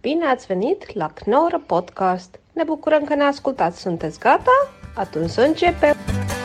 Bine ați venit la Knorr Podcast! Ne bucurăm că ne ascultați! Sunteți gata? Atunci să începem!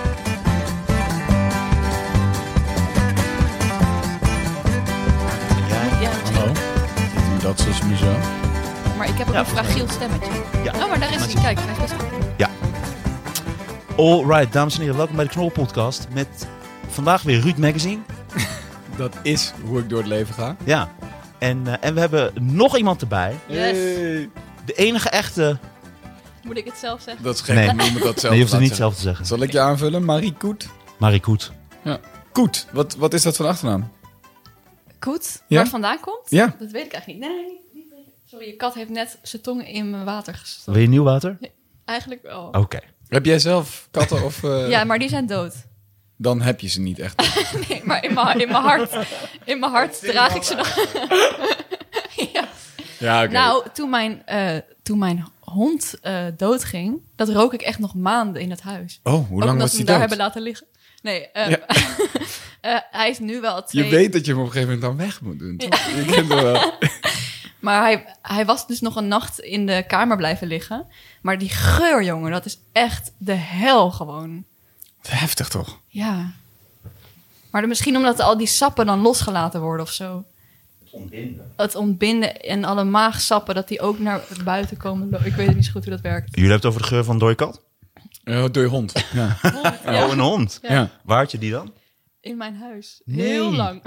Hallo? Dat is me zo. Maar ik heb ook een fragiel stemmetje. Ja. Oh, maar daar is hij. Kijk, hij is best goed. Ja. Alright, dames en heren, welkom bij de Knorr Podcast met vandaag weer Ruud Magazine. Dat is hoe ik door het leven ga. Ja. En we hebben nog iemand erbij. Yes. Hey. De enige echte... Moet ik het zelf zeggen? Dat is gek, Nee. niemand dat zelf Nee, je hoeft het niet laat zelf te zeggen. zeggen. Zal ik je aanvullen? Marie Koet? Marie Koet. Ja. Koet, wat is dat voor achternaam? Goed. Ja? Waar het vandaan komt? Ja. Dat weet ik eigenlijk niet. Nee, niet weten. Sorry, je kat heeft net zijn tong in mijn water gestopt. Wil je nieuw water? Eigenlijk wel. Oké. Heb jij zelf katten of... Ja, maar die zijn dood. Dan heb je ze niet echt. Nee, maar in mijn hart draag ik ze nog. Ja. Ja, oké. Nou, toen mijn hond doodging, dat rook ik echt nog maanden in het huis. Oh, hoe Ook lang omdat was ze die hem daar dood? hebben laten liggen. Nee, Ja. hij is nu wel 2... Je weet dat je hem op een gegeven moment dan weg moet doen, toch? Je kent het wel. Maar hij was dus nog een nacht in de kamer blijven liggen. Maar die geur, jongen, dat is echt de hel gewoon. Heftig, toch? Ja. Maar misschien omdat al die sappen dan losgelaten worden of zo. Het ontbinden en alle maagsappen, dat die ook naar buiten komen. Ik weet het niet zo goed hoe dat werkt. Jullie hebben het over de geur van een dode kat? Door je hond. Ja. Ja. Oh, een hond. Ja. Ja. Waar had je die dan? In mijn huis. Nee. Heel lang.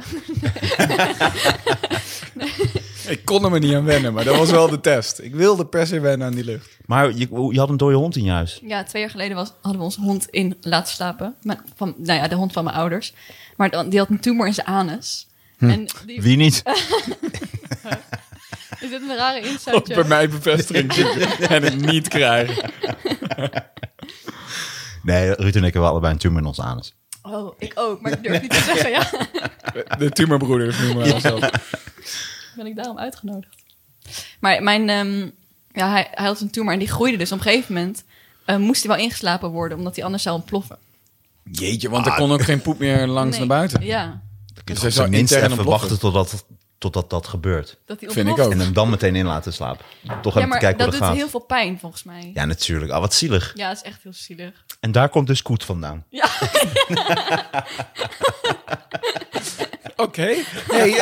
Ik kon er me niet aan wennen, maar dat was wel de test. Ik wilde per se wennen aan die lucht. Maar je had een dode hond in je huis. Ja, 2 jaar geleden hadden we onze hond in laten slapen. De hond van mijn ouders. Maar die had een tumor in zijn anus. En die, Wie niet? is dit een rare Ook insight? bij mij bevestiging zoeken en het niet krijgen. Nee, Ruud en ik hebben allebei een tumor in ons anus. Oh, ik ook, maar ik durf niet te zeggen, ja. De tumorbroeders noemen we onszelf. Ben ik daarom uitgenodigd. Maar hij had een tumor en die groeide dus. Op een gegeven moment moest hij wel ingeslapen worden, omdat hij anders zou ontploffen. Jeetje, want er kon ook geen poep meer langs naar buiten. Ja, Dus Dus hij zou minstens intern even ontploffen. wachten totdat dat gebeurt. dat hij Vind ik ontploft. ook. En hem dan meteen in laten slapen. Toch Ja, even te maar kijken dat hoe doet dat gaat. heel veel pijn, volgens mij. Ja, natuurlijk. Ah, wat zielig. Ja, dat is echt heel zielig. En daar komt dus Koet vandaan. Ja, Oké. Hey,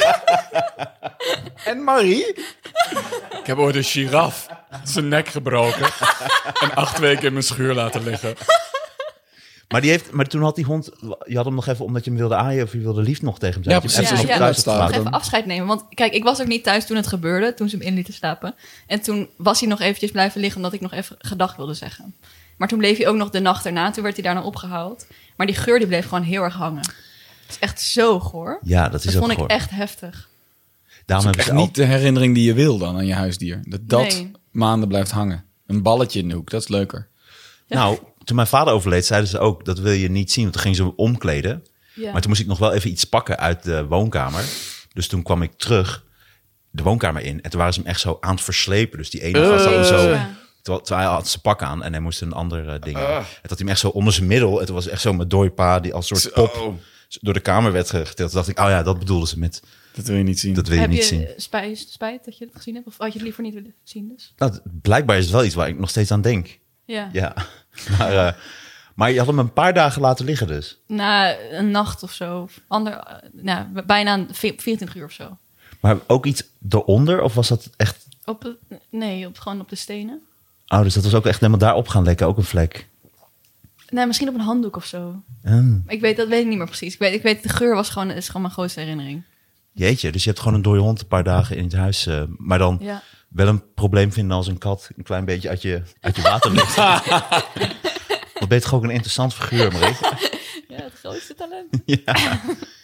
en Marie? Ik heb ooit een giraf zijn nek gebroken en 8 weken in mijn schuur laten liggen. Maar toen had die hond... Je had hem nog even omdat je hem wilde aaien... of je wilde lief nog tegen hem Ja, zeggen. precies. Je hebt hem Ja, nog thuis ja. had nog gelaten. even afscheid nemen. Want kijk, ik was ook niet thuis toen het gebeurde, toen ze hem in lieten slapen. En toen was hij nog eventjes blijven liggen, omdat ik nog even gedag wilde zeggen. Maar toen bleef hij ook nog de nacht erna, toen werd hij daarna opgehaald. Maar die geur die bleef gewoon heel erg hangen. Het is echt zo goor. Ja, dat is Dat ook vond ik goor. echt heftig. Daarom Dat hebben is ze echt niet de herinnering die je wil dan aan je huisdier. Dat Nee. maanden blijft hangen. Een balletje in de hoek, dat is leuker. Nou, toen mijn vader overleed, zeiden ze ook... dat wil je niet zien, want toen gingen ze hem omkleden. Ja. Maar toen moest ik nog wel even iets pakken uit de woonkamer. Dus toen kwam ik terug de woonkamer in. En toen waren ze hem echt zo aan het verslepen. Dus die ene gast had hem zo... Ja. Terwijl hij had zijn pak aan en hij moest een ander ding aan. En dat hij hem echt zo onder zijn middel... Het was echt zo met dode pa die als soort pop door de kamer werd getild. Toen dacht ik, oh ja, dat bedoelden ze met... Dat wil je niet zien. Dat wil je Heb niet je zien. spijt dat je het gezien hebt? Of had je het liever niet willen zien dus? Nou, blijkbaar is het wel iets waar ik nog steeds aan denk. Ja. Ja, maar je had hem een paar dagen laten liggen dus. Na een nacht of zo. Bijna 24 uur of zo. Maar ook iets eronder? Of was dat echt... Gewoon op de stenen. Oh, dus dat was ook echt helemaal daarop gaan lekken. Ook een vlek. Nee, misschien op een handdoek of zo. Hmm. Dat weet ik niet meer precies. Ik weet de geur is gewoon mijn grootste herinnering. Jeetje, dus je hebt gewoon een dode hond een paar dagen in het huis. Maar dan Ja. wel een probleem vinden als een kat een klein beetje uit je water ligt. Dan ben je toch ook een interessant figuur, Marie? Ja, het grootste talent. Ja.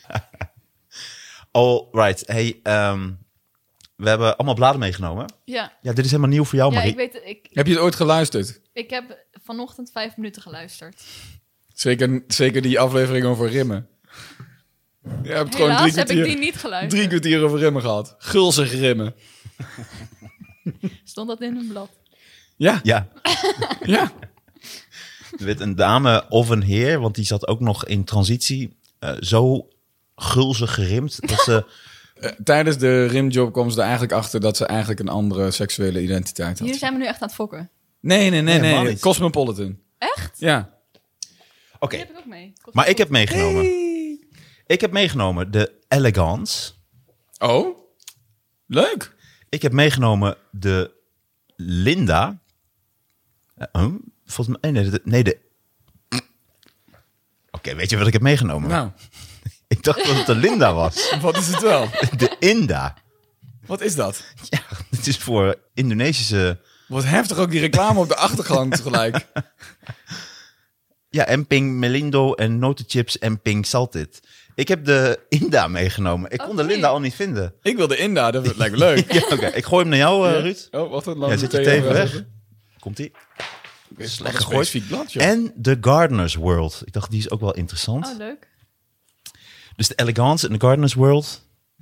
All right. Hey, we hebben allemaal bladen meegenomen. Ja, Ja, dit is helemaal nieuw voor jou, ja Marie. ik weet het. Heb je het ooit geluisterd? Ik heb vanochtend 5 minuten geluisterd. Zeker die aflevering over rimmen. Je hebt gewoon Helaas 3 heb ik kwartier, die niet geluisterd. 3 kwartier over rimmen gehad. Gulzig rimmen. Stond dat in een blad? Ja, Ja, ja. er werd een dame of een heer, want die zat ook nog in transitie, zo gulzig gerimd dat ze Tijdens de rimjob komen ze er eigenlijk achter dat ze eigenlijk een andere seksuele identiteit had. Jullie zijn me nu echt aan het fokken. Nee. niet. Cosmopolitan. Echt? Ja. Oké, Die heb ik ook mee. maar ik heb meegenomen. Ik heb meegenomen de Elegance. Oh, leuk. Ik heb meegenomen de Linda. Volgens mij... Nee, de... Oké, weet je wat ik heb meegenomen? Nou, Ik dacht dat het de Linda was. wat is het wel? De Inda. Wat is dat? Ja, het is voor Indonesische... Wat heftig ook die reclame op de achtergrond tegelijk. Ja, Emping Melindo en notenchips Emping Salted. Ik heb de Inda meegenomen. Ik kon de Oké. Linda al niet vinden. Ik wilde Inda, dat lijkt me leuk. Ja, oké. Ik gooi hem naar jou, Ruud. Oh, wacht een Ja, zit je tegen weg? Komt-ie. Slecht specifiek blad, joh. En The Gardener's World. Ik dacht, die is ook wel interessant. Oh, leuk. Dus de Elegance en The Gardener's World.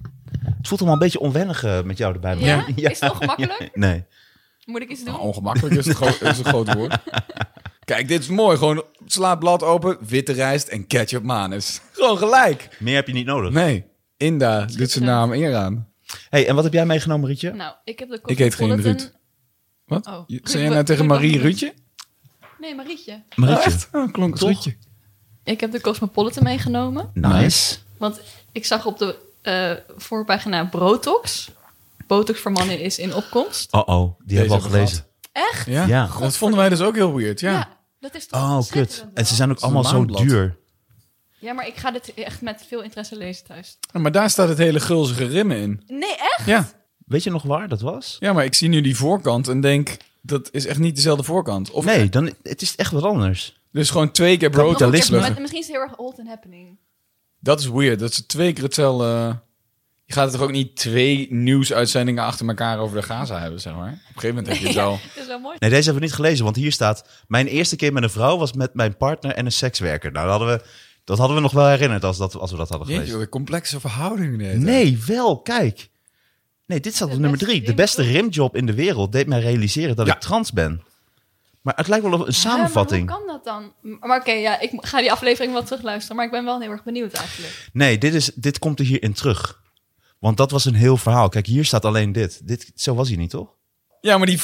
Het voelt allemaal een beetje onwennig met jou erbij. Ja? Is het ongemakkelijk? Nee. Moet ik iets doen? Nou, ongemakkelijk is een groot woord. Kijk, dit is mooi. Gewoon sla het blad open, witte rijst en ketchup manus. Gewoon gelijk. Meer heb je niet nodig. Nee, Inda doet zijn naam ingaan. Hey, en wat heb jij meegenomen, Rietje? Nou, ik heb de Ik heet geen Cosmopolitan- Wat? Oh. Zei jij nou tegen Marie Ruudje? Nee, Marietje. Marietje. Echt? Oh, klonk als Toch? Ruudje. Ik heb de Cosmopolitan meegenomen. Nice. Want ik zag op de voorpagina Botox. Botox voor mannen is in opkomst. Oh, die hebben we al hebben we gelezen. Echt? Ja? Ja. Dat vonden wij dus ook heel weird, ja. Ja, dat is toch Oh, ontzettend kut. wel. En ze zijn ook is een allemaal zo maandblad. duur. Ja, maar ik ga dit echt met veel interesse lezen thuis. Maar daar staat het hele gulzige rimmen in. Nee, echt? Ja. Weet je nog waar dat was? Ja, maar ik zie nu die voorkant en denk, dat is echt niet dezelfde voorkant. Of Nee, dan, het is echt wat anders. Dus gewoon 2 keer brood. Kapitalisme. Maar misschien is het heel erg old and happening. Dat is weird. Dat ze 2 keer hetzelfde... Je gaat er toch ook niet 2 nieuwsuitzendingen achter elkaar over de Gaza hebben, zeg maar. Op een gegeven moment heb je het wel. Het is wel mooi. Nee, deze hebben we niet gelezen, want hier staat... Mijn eerste keer met een vrouw was met mijn partner en een sekswerker. Nou, dat hadden we nog wel herinnerd als we dat hadden Jeetje, gelezen. wat een complexe verhouding. Nee, wel, kijk. Nee, dit staat op De nummer beste 3. De beste rimjob. rimjob in de wereld deed mij realiseren dat Ja. ik trans ben. Maar het lijkt wel een samenvatting. Maar hoe kan dat dan? Maar oké, ja, ik ga die aflevering wel terugluisteren. Maar ik ben wel heel erg benieuwd eigenlijk. Nee, dit komt er hierin terug. Want dat was een heel verhaal. Kijk, hier staat alleen dit. Zo was hij niet, toch? Ja, maar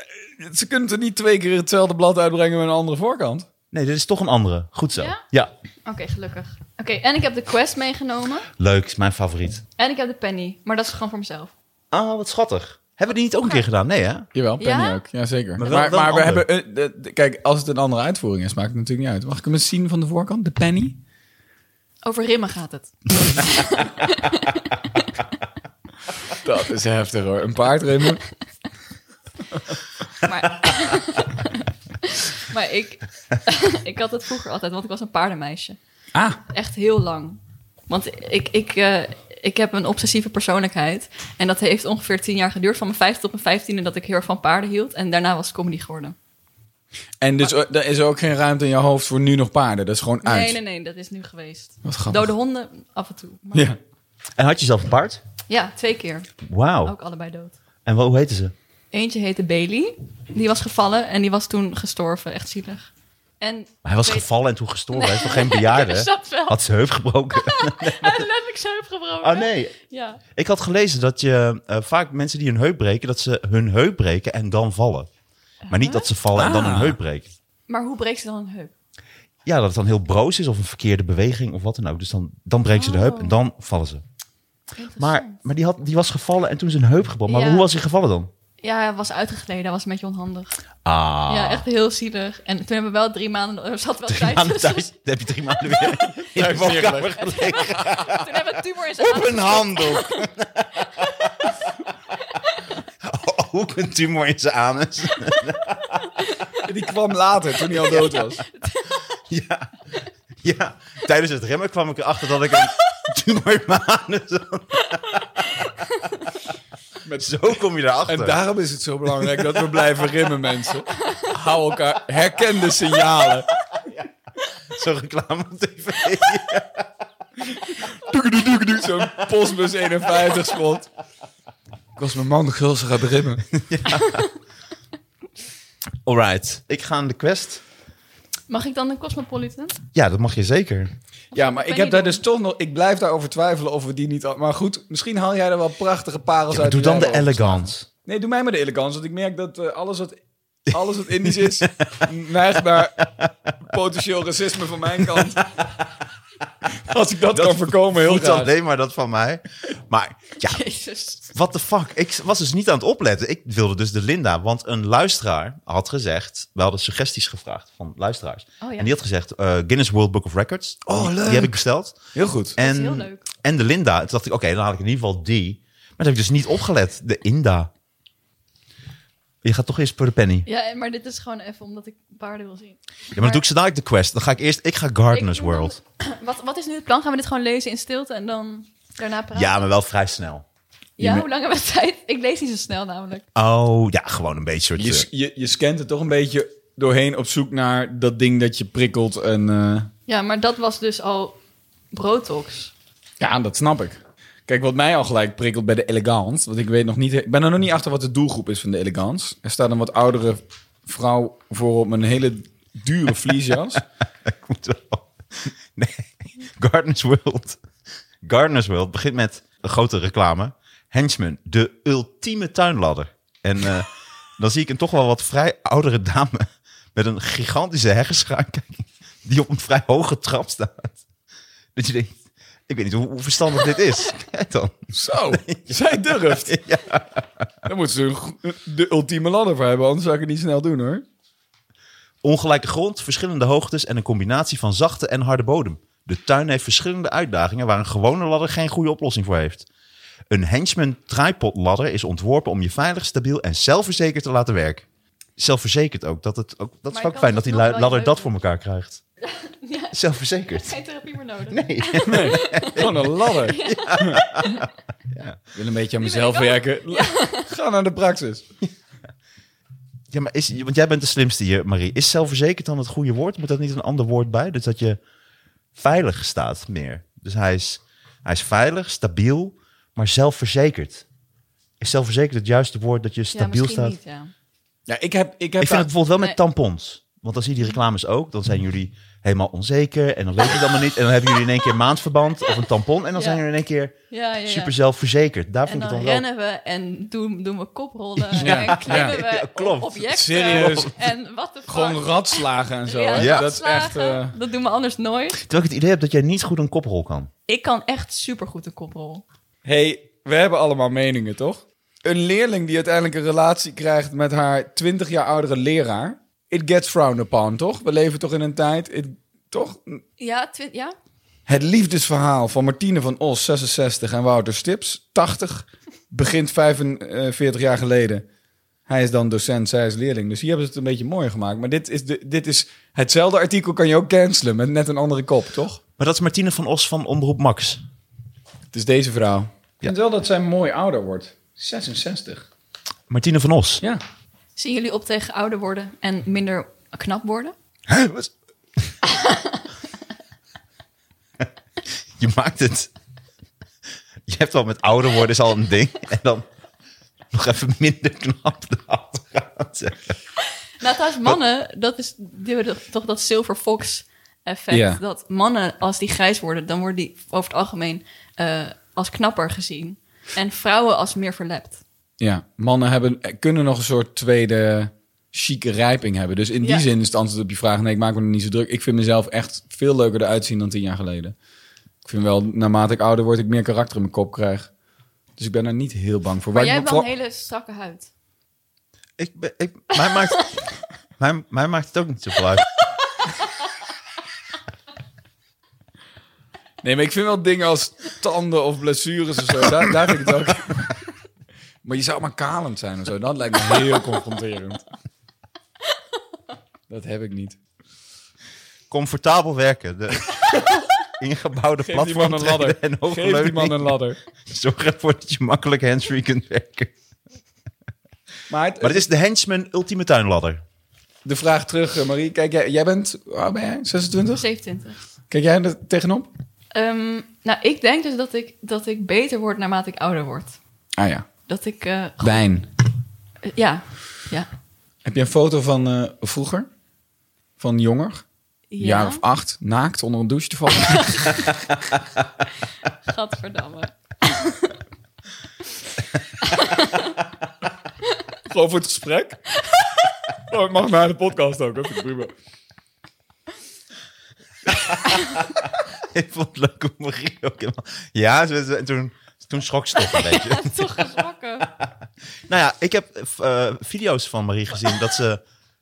ze kunnen er niet 2 keer hetzelfde blad uitbrengen met een andere voorkant. Nee, dit is toch een andere. Goed zo. Ja? Ja. Oké, gelukkig. Oké, en ik heb de Quest meegenomen. Leuk, is mijn favoriet. En ik heb de Penny. Maar dat is gewoon voor mezelf. Ah, wat schattig. Hebben we die niet ook een keer gedaan? Nee, hè? Jawel, Penny Ja? ook. Jazeker. Maar Maar, wel een we ander. hebben... kijk, als het een andere uitvoering is, maakt het natuurlijk niet uit. Mag ik hem eens zien van de voorkant? De Penny? Over rimmen gaat het. Dat is heftig hoor. Een paardrimmen. Maar, maar ik had het vroeger altijd, want ik was een paardenmeisje. Ah. Echt heel lang. Want ik heb een obsessieve persoonlijkheid. En dat heeft ongeveer 10 jaar geduurd. Van mijn 5e tot mijn 15e dat ik heel erg van paarden hield. En daarna was het comedy geworden. En dus er is ook geen ruimte in je hoofd voor nu nog paarden. Dat is gewoon uit. Nee, dat is nu geweest. Wat grappig. Dode honden af en toe. Maar Ja. En had je zelf een paard? ja, 2 keer. Wauw. Ook allebei dood. En hoe heette ze? Eentje heette Bailey. Die was gevallen en die was toen gestorven. Echt zielig. En Maar hij was twee- gevallen en toen gestorven. Hij is toch geen bejaarde? Ja, dat wel. Had zijn heup gebroken? Hij had letterlijk zijn heup gebroken. Oh nee. Ja. Ik had gelezen dat je vaak mensen die hun heup breken, dat ze hun heup breken en dan vallen. Maar niet dat ze vallen en dan hun heup breken. Maar hoe breekt ze dan een heup? Ja, dat het dan heel broos is of een verkeerde beweging of wat dan ook. Dus dan breken ze de heup en dan vallen ze. Maar die was gevallen en toen zijn heup gebroken. Maar Ja. hoe was hij gevallen dan? Ja, hij was uitgegleden. Hij was een beetje onhandig. Ah. Ja, echt heel zielig. En toen hebben we wel 3 maanden... Er zat wel 3 tijd maanden tussen. thuis. Dan heb je 3 maanden weer in de woonkamer gelegen. Toen hebben we een tumor in zijn Op adem een handdoek. Ook een tumor in zijn anus. Die kwam later, toen hij al dood was. Ja, tijdens het remmen kwam ik erachter dat ik een tumor in mijn anus had. Zo kom je erachter. En daarom is het zo belangrijk dat we blijven rimmen, mensen. Hou elkaar, herken de signalen. Zo'n reclame op tv. Doe zo'n Postbus 51 spot. Ik was mijn man gulzig gaat rimmen. Alright, ik ga aan de quest. Mag ik dan een Cosmopolitan? Ja, dat mag je zeker. Ja, maar ik heb daar dus toch nog... Ik blijf daarover twijfelen of we die niet... Maar goed, misschien haal jij er wel prachtige parels uit. Doe dan de die jij erover elegance. Nee, doe mij maar de elegance. Want ik merk dat alles wat Indisch is... neigt naar potentieel racisme van mijn kant. Als ik dat kan voorkomen, heel Niet graag. alleen maar dat van mij. Maar ja, Jezus. what the fuck? Ik was dus niet aan het opletten. Ik wilde dus de Linda. Want een luisteraar had gezegd... We hadden suggesties gevraagd van luisteraars. Oh, ja. En die had gezegd... Guinness World Book of Records. Oh, leuk. Die heb ik besteld. Heel goed. En, is heel leuk. En de Linda. Toen dacht ik, oké, dan haal ik in ieder geval die. Maar dat heb ik dus niet opgelet. De Inda. Je gaat toch eerst voor de penny. Ja, maar dit is gewoon even omdat ik paarden wil zien. Ja, maar dan doe ik zo dadelijk de quest. Dan ga ik ga Gardener's Ik doe dan- World. Wat is nu het plan? Gaan we dit gewoon lezen in stilte en dan daarna praten? Ja, maar wel vrij snel. Ja, hoe lang hebben we tijd? Ik lees niet zo snel namelijk. Oh, ja, gewoon een beetje soort... Je scant er toch een beetje doorheen op zoek naar dat ding dat je prikkelt. En, Ja, maar dat was dus al Brotox. ja, dat snap ik. Kijk, wat mij al gelijk prikkelt bij de elegance... want ik weet nog niet... Ik ben er nog niet achter wat de doelgroep is van de elegance. Er staat een wat oudere vrouw voor op een hele dure vliesjas. Ik moet wel... Nee, Gardener's World. Gardener's World begint met een grote reclame. Henchman, de ultieme tuinladder. En dan zie ik een toch wel wat vrij oudere dame... met een gigantische heggenschaar die op een vrij hoge trap staat. Dat je denkt, ik weet niet hoe verstandig dit is. Kijk dan. Zo, zij durft. Ja. Daar moet ze de ultieme ladder voor hebben, anders zou ik het niet snel doen, hoor. Ongelijke grond, verschillende hoogtes en een combinatie van zachte en harde bodem. De tuin heeft verschillende uitdagingen waar een gewone ladder geen goede oplossing voor heeft. Een Henchman tripod ladder is ontworpen om je veilig, stabiel en zelfverzekerd te laten werken. Zelfverzekerd ook. Dat is je ook kan fijn dat dus die nog wel je ladder dat heupen. voor elkaar krijgt. Ja, Zelfverzekerd. geen therapie meer nodig. Nee. Gewoon een ladder. Ja. Ik wil een beetje aan Nu ben mezelf ik ook- werken. Ga naar de praxis. Ja, maar want jij bent de slimste hier, Marie. Is zelfverzekerd dan het goede woord? Moet dat niet een ander woord bij? Dus dat je veilig staat meer. Dus hij is veilig, stabiel, maar zelfverzekerd. Is zelfverzekerd het juiste woord dat je Ja, stabiel misschien staat? niet, ja. Ja, ik heb Ik vind het bijvoorbeeld wel met Nee. tampons. Want dan zie je die reclames ook. Dan zijn jullie helemaal onzeker en dan weet je het allemaal niet. En dan hebben jullie in één keer een maandverband of een tampon. En dan Ja. zijn jullie in één keer Ja. super zelfverzekerd. Daar En vind ik dan het dan wel... rennen we en doen we koprollen Ja. en klimmen Ja. we Ja, klopt. op objecten. Serieus. En wat de fuck. gewoon ratslagen en zo. Ja, hè? Ja. Dat is echt... Dat doen we anders nooit. Terwijl ik het idee heb dat jij niet goed een koprol kan. Ik kan echt supergoed een koprol. Hey, we hebben allemaal meningen, toch? Een leerling die uiteindelijk een relatie krijgt met haar 20 jaar oudere leraar. It gets frowned upon, toch? We leven toch in een tijd... toch? Ja, ja? Het liefdesverhaal van Martine van Os, 66, en Wouter Stips, 80, begint 45 jaar geleden. Hij is dan docent, zij is leerling. Dus hier hebben ze het een beetje mooier gemaakt. Maar dit is hetzelfde artikel kan je ook cancelen met net een andere kop, toch? Maar dat is Martine van Os van Omroep Max. Het is deze vrouw. Ik vind wel dat zij mooi ouder wordt. 66. Martine van Os. Ja. Zien jullie op tegen ouder worden en minder knap worden? Hè? Wat? Je maakt het... Je hebt al met ouder worden is al een ding. En dan nog even minder knap erachteraan zeggen. Nou, trouwens, mannen, die hebben toch dat Silver Fox effect. Ja. Dat mannen, als die grijs worden, dan worden die over het algemeen als knapper gezien. En vrouwen als meer verlept. Ja, mannen kunnen nog een soort tweede chique rijping hebben. Dus in die Ja. zin is het antwoord op je vraag... nee, ik maak me er niet zo druk. Ik vind mezelf echt veel leuker eruit zien dan 10 jaar geleden. Ik vind wel, naarmate ik ouder word, ik meer karakter in mijn kop krijg. Dus ik ben daar niet heel bang voor. Maar Waar jij ik hebt wel vooral- een hele strakke huid. Mij maakt het ook niet zoveel uit. Nee, maar ik vind wel dingen als tanden of blessures of zo. Daar vind ik het ook. Maar je zou maar kalend zijn of zo. Dat lijkt me heel confronterend. Dat heb ik niet. Comfortabel werken. De ingebouwde Geef die man een platformtreden ladder. en hoge Geef die man leuning. een ladder. Zorg ervoor dat je makkelijk handsfree kunt werken. Maar Maar het is de Henchman ultieme tuinladder. de vraag terug, Marie. Kijk, jij bent... Hoe oud ben jij? 26? 27. Kijk jij er tegenop? Nou, ik denk dus dat ik beter word naarmate ik ouder word. Ah ja. Dat ik... Wijn. ja. Heb je een foto van vroeger? Van jonger? jaar of 8 naakt onder een douche te vallen. Gadverdamme. Gewoon voor het gesprek. Oh, het mag naar de podcast ook, dat vind ik prima. Ik vond het leuk om Marie ook helemaal... Ja, toen schrok ze toch een beetje. Toch geschrokken. Nou ja, ik heb video's van Marie gezien dat ze...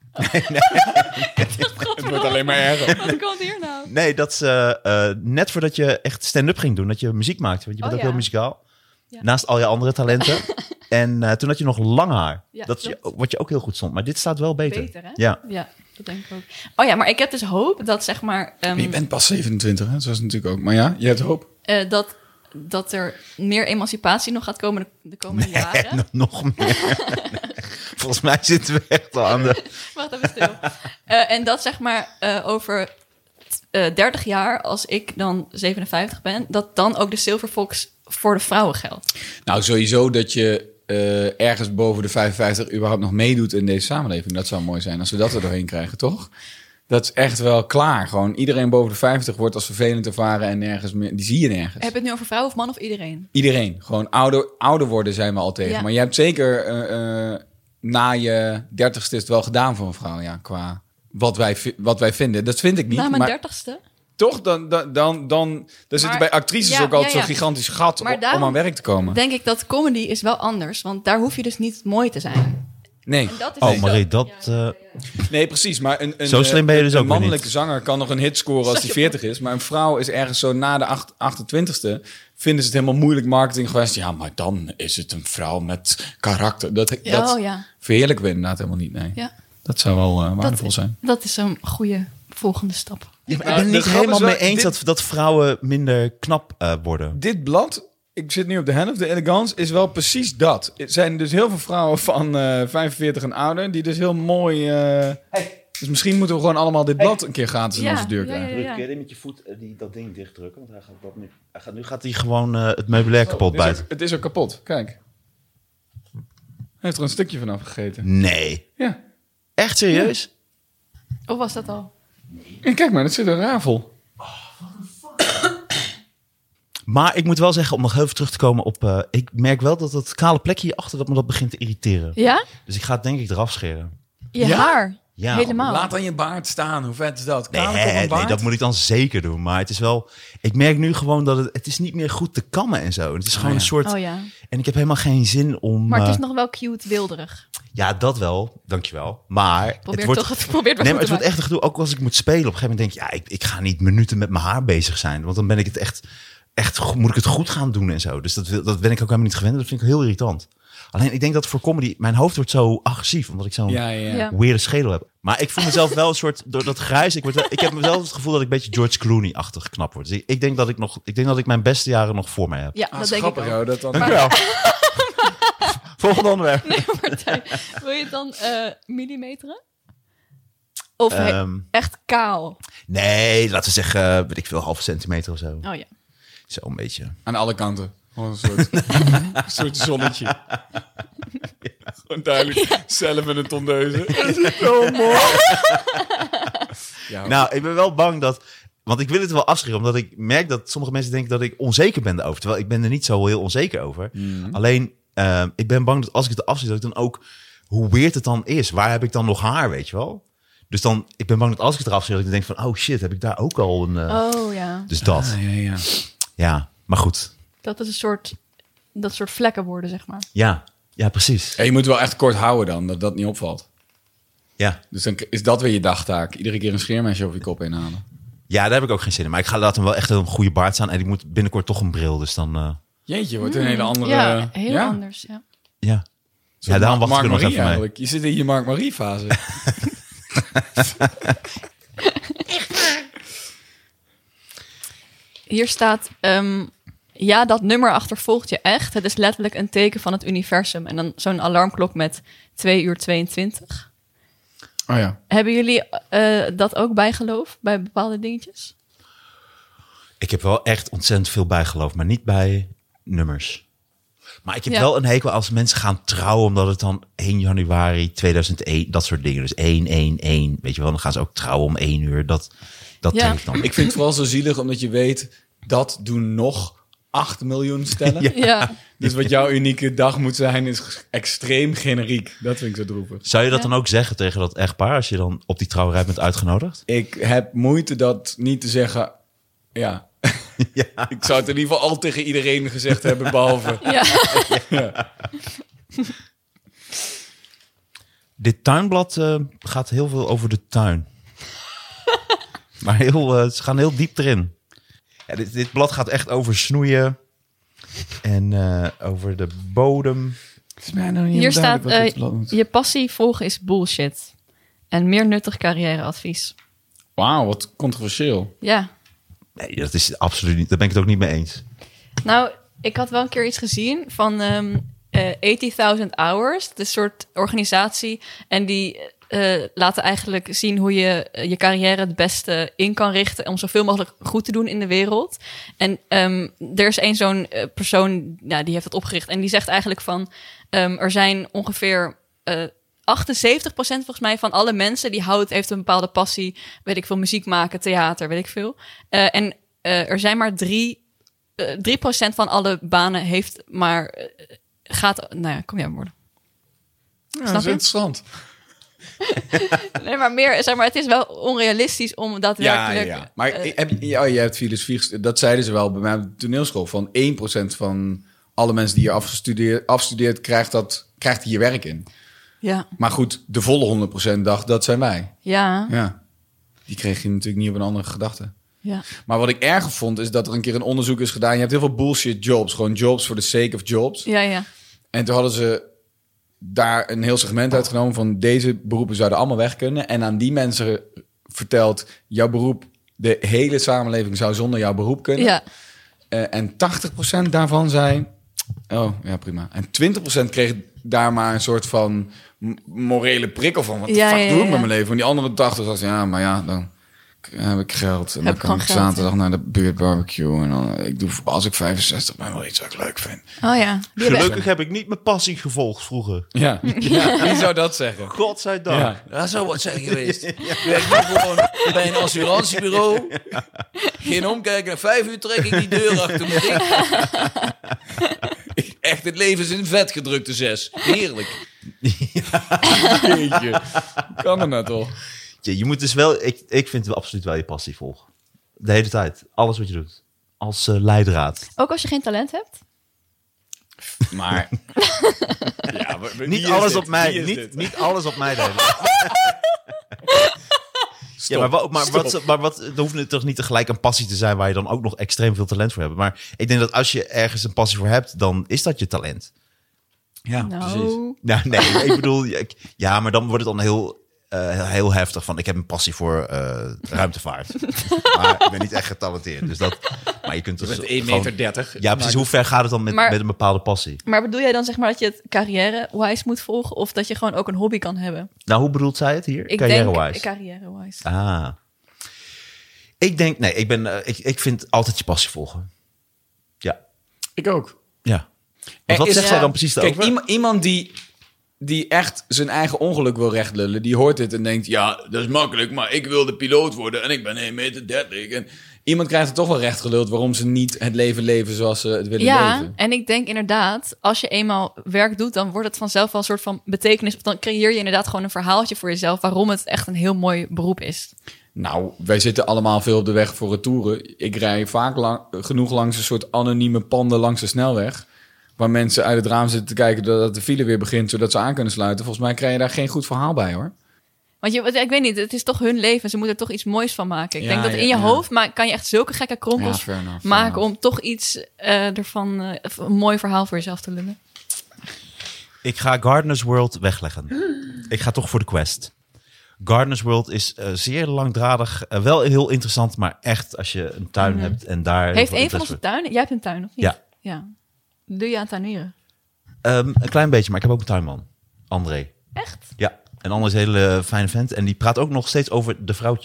Het wordt alleen maar erger. Wat komt hier nou? Nee, dat ze net voordat je echt stand-up ging doen, dat je muziek maakte. Want je bent ook heel muzikaal. Ja. Naast al je andere talenten. En toen had je nog lang haar. Ja, dat je, klopt. wat je ook heel goed stond. Maar dit staat wel beter. Beter, hè? Ja. Ja, dat denk ik ook. Oh ja, maar ik heb dus hoop dat zeg maar... Maar je bent pas 27, hè? Zo is het natuurlijk ook. Maar ja, je hebt hoop. dat er meer emancipatie nog gaat komen de komende jaren. Nog meer. Volgens mij zitten we echt al aan de... Wacht even stil. En dat zeg maar over 30 jaar, als ik dan 57 ben... dat dan ook de Silver Fox voor de vrouwen geldt. Nou, sowieso dat je ergens boven de 55 überhaupt nog meedoet in deze samenleving. Dat zou mooi zijn als we dat er doorheen krijgen, toch? Dat is echt wel klaar. Gewoon iedereen boven de 50 wordt als vervelend ervaren en nergens meer. Die zie je nergens. Heb je het nu over vrouw of man of iedereen? Iedereen. Gewoon ouder worden zijn we al tegen. Ja. Maar je hebt zeker na je 30ste is het wel gedaan voor een vrouw. Ja, qua wat wij vinden. Dat vind ik niet. Na mijn maar 30ste? toch, dan zit er bij actrices ook altijd zo'n gigantisch gat Maar om daarom aan werk te komen. Denk ik dat comedy is wel anders. Want daar hoef je dus niet mooi te zijn. Nee. En dat is Oh, dus Marie, zo- dat... Nee, precies. Maar Zo slim ben je dus ook een weer mannelijke niet. zanger kan nog een hit scoren als die 40 is. Maar een vrouw is ergens zo na de 28ste... vinden ze het helemaal moeilijk marketing geweest. Ja, maar dan is het een vrouw met karakter. Dat ja. verheerlijken we inderdaad helemaal niet, nee. Ja. Dat zou wel waardevol zijn. Dat is een goede volgende stap. Ja, maar Ja, ik ben de niet grap is helemaal wel- mee eens dit- dat vrouwen minder knap worden. Dit blad, ik zit nu op de helft, de elegance, is wel precies dat. Er zijn dus heel veel vrouwen van 45 en ouder... die dus heel mooi... Dus misschien moeten we gewoon allemaal dit blad een keer gratis in onze deur krijgen. Ja. Druk met je voet dat ding dichtdrukken, want hij gaat dat nu. Nu gaat hij gewoon het meubilair kapot bijten. Het is ook kapot, kijk. Hij heeft er een stukje van afgegeten. Nee. Ja. Echt serieus? Of was dat al? En kijk maar, dat zit een ravel. Maar ik moet wel zeggen, om nog heel even terug te komen op... ik merk wel dat het kale plekje hierachter, dat me dat begint te irriteren. Ja? Dus ik ga het denk ik eraf scheren. Je Ja? haar? Ja, Helemaal. Laat dan je baard staan. Hoe vet is dat? Kale kop en Nee, baard? dat moet ik dan zeker doen. Maar het is wel... Ik merk nu gewoon dat het is niet meer goed te kammen en zo. Het is gewoon ja. een soort... Oh ja. En ik heb helemaal geen zin om... Maar het is nog wel cute wilderig. Ja, dat wel. Dankjewel. Maar Probeer het wordt Nee, maar het wordt echt een gedoe. Ook als ik moet spelen. Op een gegeven moment denk ik... Ja, ik ga niet minuten met mijn haar bezig zijn. Want dan ben ik het echt moet ik het goed gaan doen en zo. Dus dat ben ik ook helemaal niet gewend. Dat vind ik heel irritant. Alleen ik denk dat voor comedy... Mijn hoofd wordt zo agressief. Omdat ik zo'n Ja. weirde schedel heb. Maar ik voel mezelf wel een soort... Door dat grijs... Ik heb mezelf het gevoel dat ik een beetje George Clooney-achtig knap word. Dus ik denk dat ik mijn beste jaren nog voor mij heb. Ja, Ah, dat denk ik grappig, ook. joh, dat dan... Dankjewel. Volgende onderwerp. Nee, Martijn. Wil je het dan millimeteren? Of echt kaal? Nee, laten we zeggen... weet ik veel, halve centimeter of zo. Oh ja. Zo een beetje. Aan alle kanten. Gewoon een soort zonnetje. Gewoon duidelijk zelf in een tondeuze. Dat is zo mooi. Ja, Nou, ik ben wel bang dat... Want ik wil het wel afscheren, omdat ik merk dat sommige mensen denken dat ik onzeker ben daarover. Terwijl ik ben er niet zo heel onzeker over. Alleen, ik ben bang dat als ik het afschrik, dat ik dan ook... Hoe weird het dan is. Waar heb ik dan nog haar, weet je wel? Dus dan, ik ben bang dat als ik het eraf schrik, dat ik denk van... Oh shit, heb ik daar ook al een... Oh ja. Dus dat. ja. Ja, maar goed. Dat is dat soort vlekken worden, zeg maar. Ja, precies. En je moet wel echt kort houden dan, dat dat niet opvalt. Ja. Dus dan is dat weer je dagtaak. Iedere keer een scheermesje over je kop inhalen. Ja, daar heb ik ook geen zin in. Maar ik ga laten hem wel echt een goede baard staan. En ik moet binnenkort toch een bril. Dus dan... Jeetje, wordt een hele andere... Ja, heel anders. Ja. Ja. Ja, daarom wacht ik er nog Marie even mee. eigenlijk. Je zit in je Mark Marie fase. Hier staat... ja, dat nummer achtervolgt je echt. Het is letterlijk een teken van het universum. En dan zo'n alarmklok met 2:22. Oh ja. Hebben jullie dat ook bijgeloof bij bepaalde dingetjes? Ik heb wel echt ontzettend veel bijgeloof. Maar niet bij nummers. Maar ik heb wel een hekel als mensen gaan trouwen, omdat het dan 1 januari 2001, dat soort dingen. Dus 111, weet je wel. Dan gaan ze ook trouwen om 1 uur. Dat trek ik dan. Ik vind het vooral zo zielig, omdat je weet, dat doen nog 8 miljoen stellen. Ja. Dus wat jouw unieke dag moet zijn, is extreem generiek. Dat vind ik zo droevig. Zou je dat dan ook zeggen tegen dat echtpaar, als je dan op die trouwerij bent uitgenodigd? Ik heb moeite dat niet te zeggen. Ja. Ja. Ik zou het in ieder geval al tegen iedereen gezegd hebben, behalve. Ja. Ja. Dit tuinblad gaat heel veel over de tuin. Maar ze gaan heel diep erin. Ja, dit blad gaat echt over snoeien. En over de bodem. Hier staat, je passie volgen is bullshit. En meer nuttig carrièreadvies. Wauw, wat controversieel. Ja. Nee, dat is absoluut niet. Daar ben ik het ook niet mee eens. Nou, ik had wel een keer iets gezien van 80.000 Hours. Het is een soort organisatie. En die laten eigenlijk zien hoe je je carrière het beste in kan richten om zoveel mogelijk goed te doen in de wereld. En er is één zo'n persoon, die heeft het opgericht. En die zegt eigenlijk van, er zijn ongeveer 78% volgens mij van alle mensen die heeft een bepaalde passie, weet ik veel, muziek maken, theater, weet ik veel. En er zijn maar 3% van alle banen heeft maar kom jij worden. Ja, Snap dat is je? interessant. Nee, maar meer, zeg maar, het is wel onrealistisch om daadwerkelijk. Ja. Maar je hebt filosofie, dat zeiden ze wel bij mij op de toneelschool, van 1% van alle mensen die hier afstudeert krijgt hier werk in. Ja. Maar goed, de volle 100% dacht, dat zijn wij. Ja. Ja. Die kreeg je natuurlijk niet op een andere gedachte. Ja. Maar wat ik erger vond, is dat er een keer een onderzoek is gedaan. Je hebt heel veel bullshit jobs. Gewoon jobs for the sake of jobs. Ja. En toen hadden ze daar een heel segment uitgenomen van deze beroepen zouden allemaal weg kunnen. En aan die mensen verteld, jouw beroep, de hele samenleving zou zonder jouw beroep kunnen. Ja. En 80% daarvan zei, oh ja prima. En 20% kreeg daar maar een soort van morele prikkel van. Wat de fuck doe ik met mijn leven? En die andere 80 was, dan heb ik geld. En dan kan ik zaterdag naar de buurtbarbecue. En dan, ik doe, als ik 65 ben, wel iets wat ik leuk vind. Oh ja. Gelukkig heb ik niet mijn passie gevolgd vroeger. Ja. Wie zou dat zeggen? Godzijdank. Ja. Dat zou wat zijn geweest. Ik werk nu gewoon bij een assurantiebureau. Geen omkijken. 5 uur trek ik die deur achter me dicht. Echt, het leven is in vet gedrukte 6. Heerlijk. Jeetje. Kan er nou toch? Je moet dus wel, ik vind wel absoluut wel je passie volgen. De hele tijd. Alles wat je doet. Als leidraad. Ook als je geen talent hebt? Maar... Niet alles op mij. Niet alles op mij. Ja, maar het hoeft toch niet tegelijk een passie te zijn waar je dan ook nog extreem veel talent voor hebt. Maar ik denk dat als je ergens een passie voor hebt, dan is dat je talent. Ja, precies. Nou, nee, ik bedoel, maar dan wordt het dan heel heftig van, ik heb een passie voor ruimtevaart. Maar ik ben niet echt getalenteerd. Dus maar je kunt dus Je bent 1,30 meter. Ja, precies. Hoe ver gaat het dan met een bepaalde passie? Maar bedoel jij dan zeg maar dat je het carrière-wise moet volgen of dat je gewoon ook een hobby kan hebben? Nou, hoe bedoelt zij het hier? Ik Carrière-wise? denk carrière-wise. Ah. Ik denk, nee, ik vind altijd je passie volgen. Ja. Ik ook. Ja. Want wat zegt zij dan precies daarover? Kijk, iemand die echt zijn eigen ongeluk wil rechtlullen, die hoort dit en denkt, ja, dat is makkelijk, maar ik wilde piloot worden en ik ben 1,30 meter. En iemand krijgt het toch wel recht geluld waarom ze niet het leven leven zoals ze het willen leven. Ja, en ik denk inderdaad, als je eenmaal werk doet, dan wordt het vanzelf wel een soort van betekenis. Dan creëer je inderdaad gewoon een verhaaltje voor jezelf waarom het echt een heel mooi beroep is. Nou, wij zitten allemaal veel op de weg voor retouren. Ik rij vaak genoeg langs een soort anonieme panden langs de snelweg, waar mensen uit het raam zitten te kijken dat de file weer begint, zodat ze aan kunnen sluiten. Volgens mij krijg je daar geen goed verhaal bij, hoor. Want ik weet niet, het is toch hun leven. Ze moeten er toch iets moois van maken. Ik denk dat in je hoofd kan je echt zulke gekke kronkels maken om toch iets ervan, een mooi verhaal voor jezelf te lullen. Ik ga Gardener's World wegleggen. Ik ga toch voor de quest. Gardener's World is zeer langdradig. Wel heel interessant, maar echt als je een tuin hebt en daar... Heeft een van onze tuinen... Jij hebt een tuin, of niet? Ja. Doe je aan tuinieren? Een klein beetje, maar ik heb ook een tuinman. André. Echt? Ja. En André is een hele fijne vent. En die praat ook nog steeds over de vrouwtjes.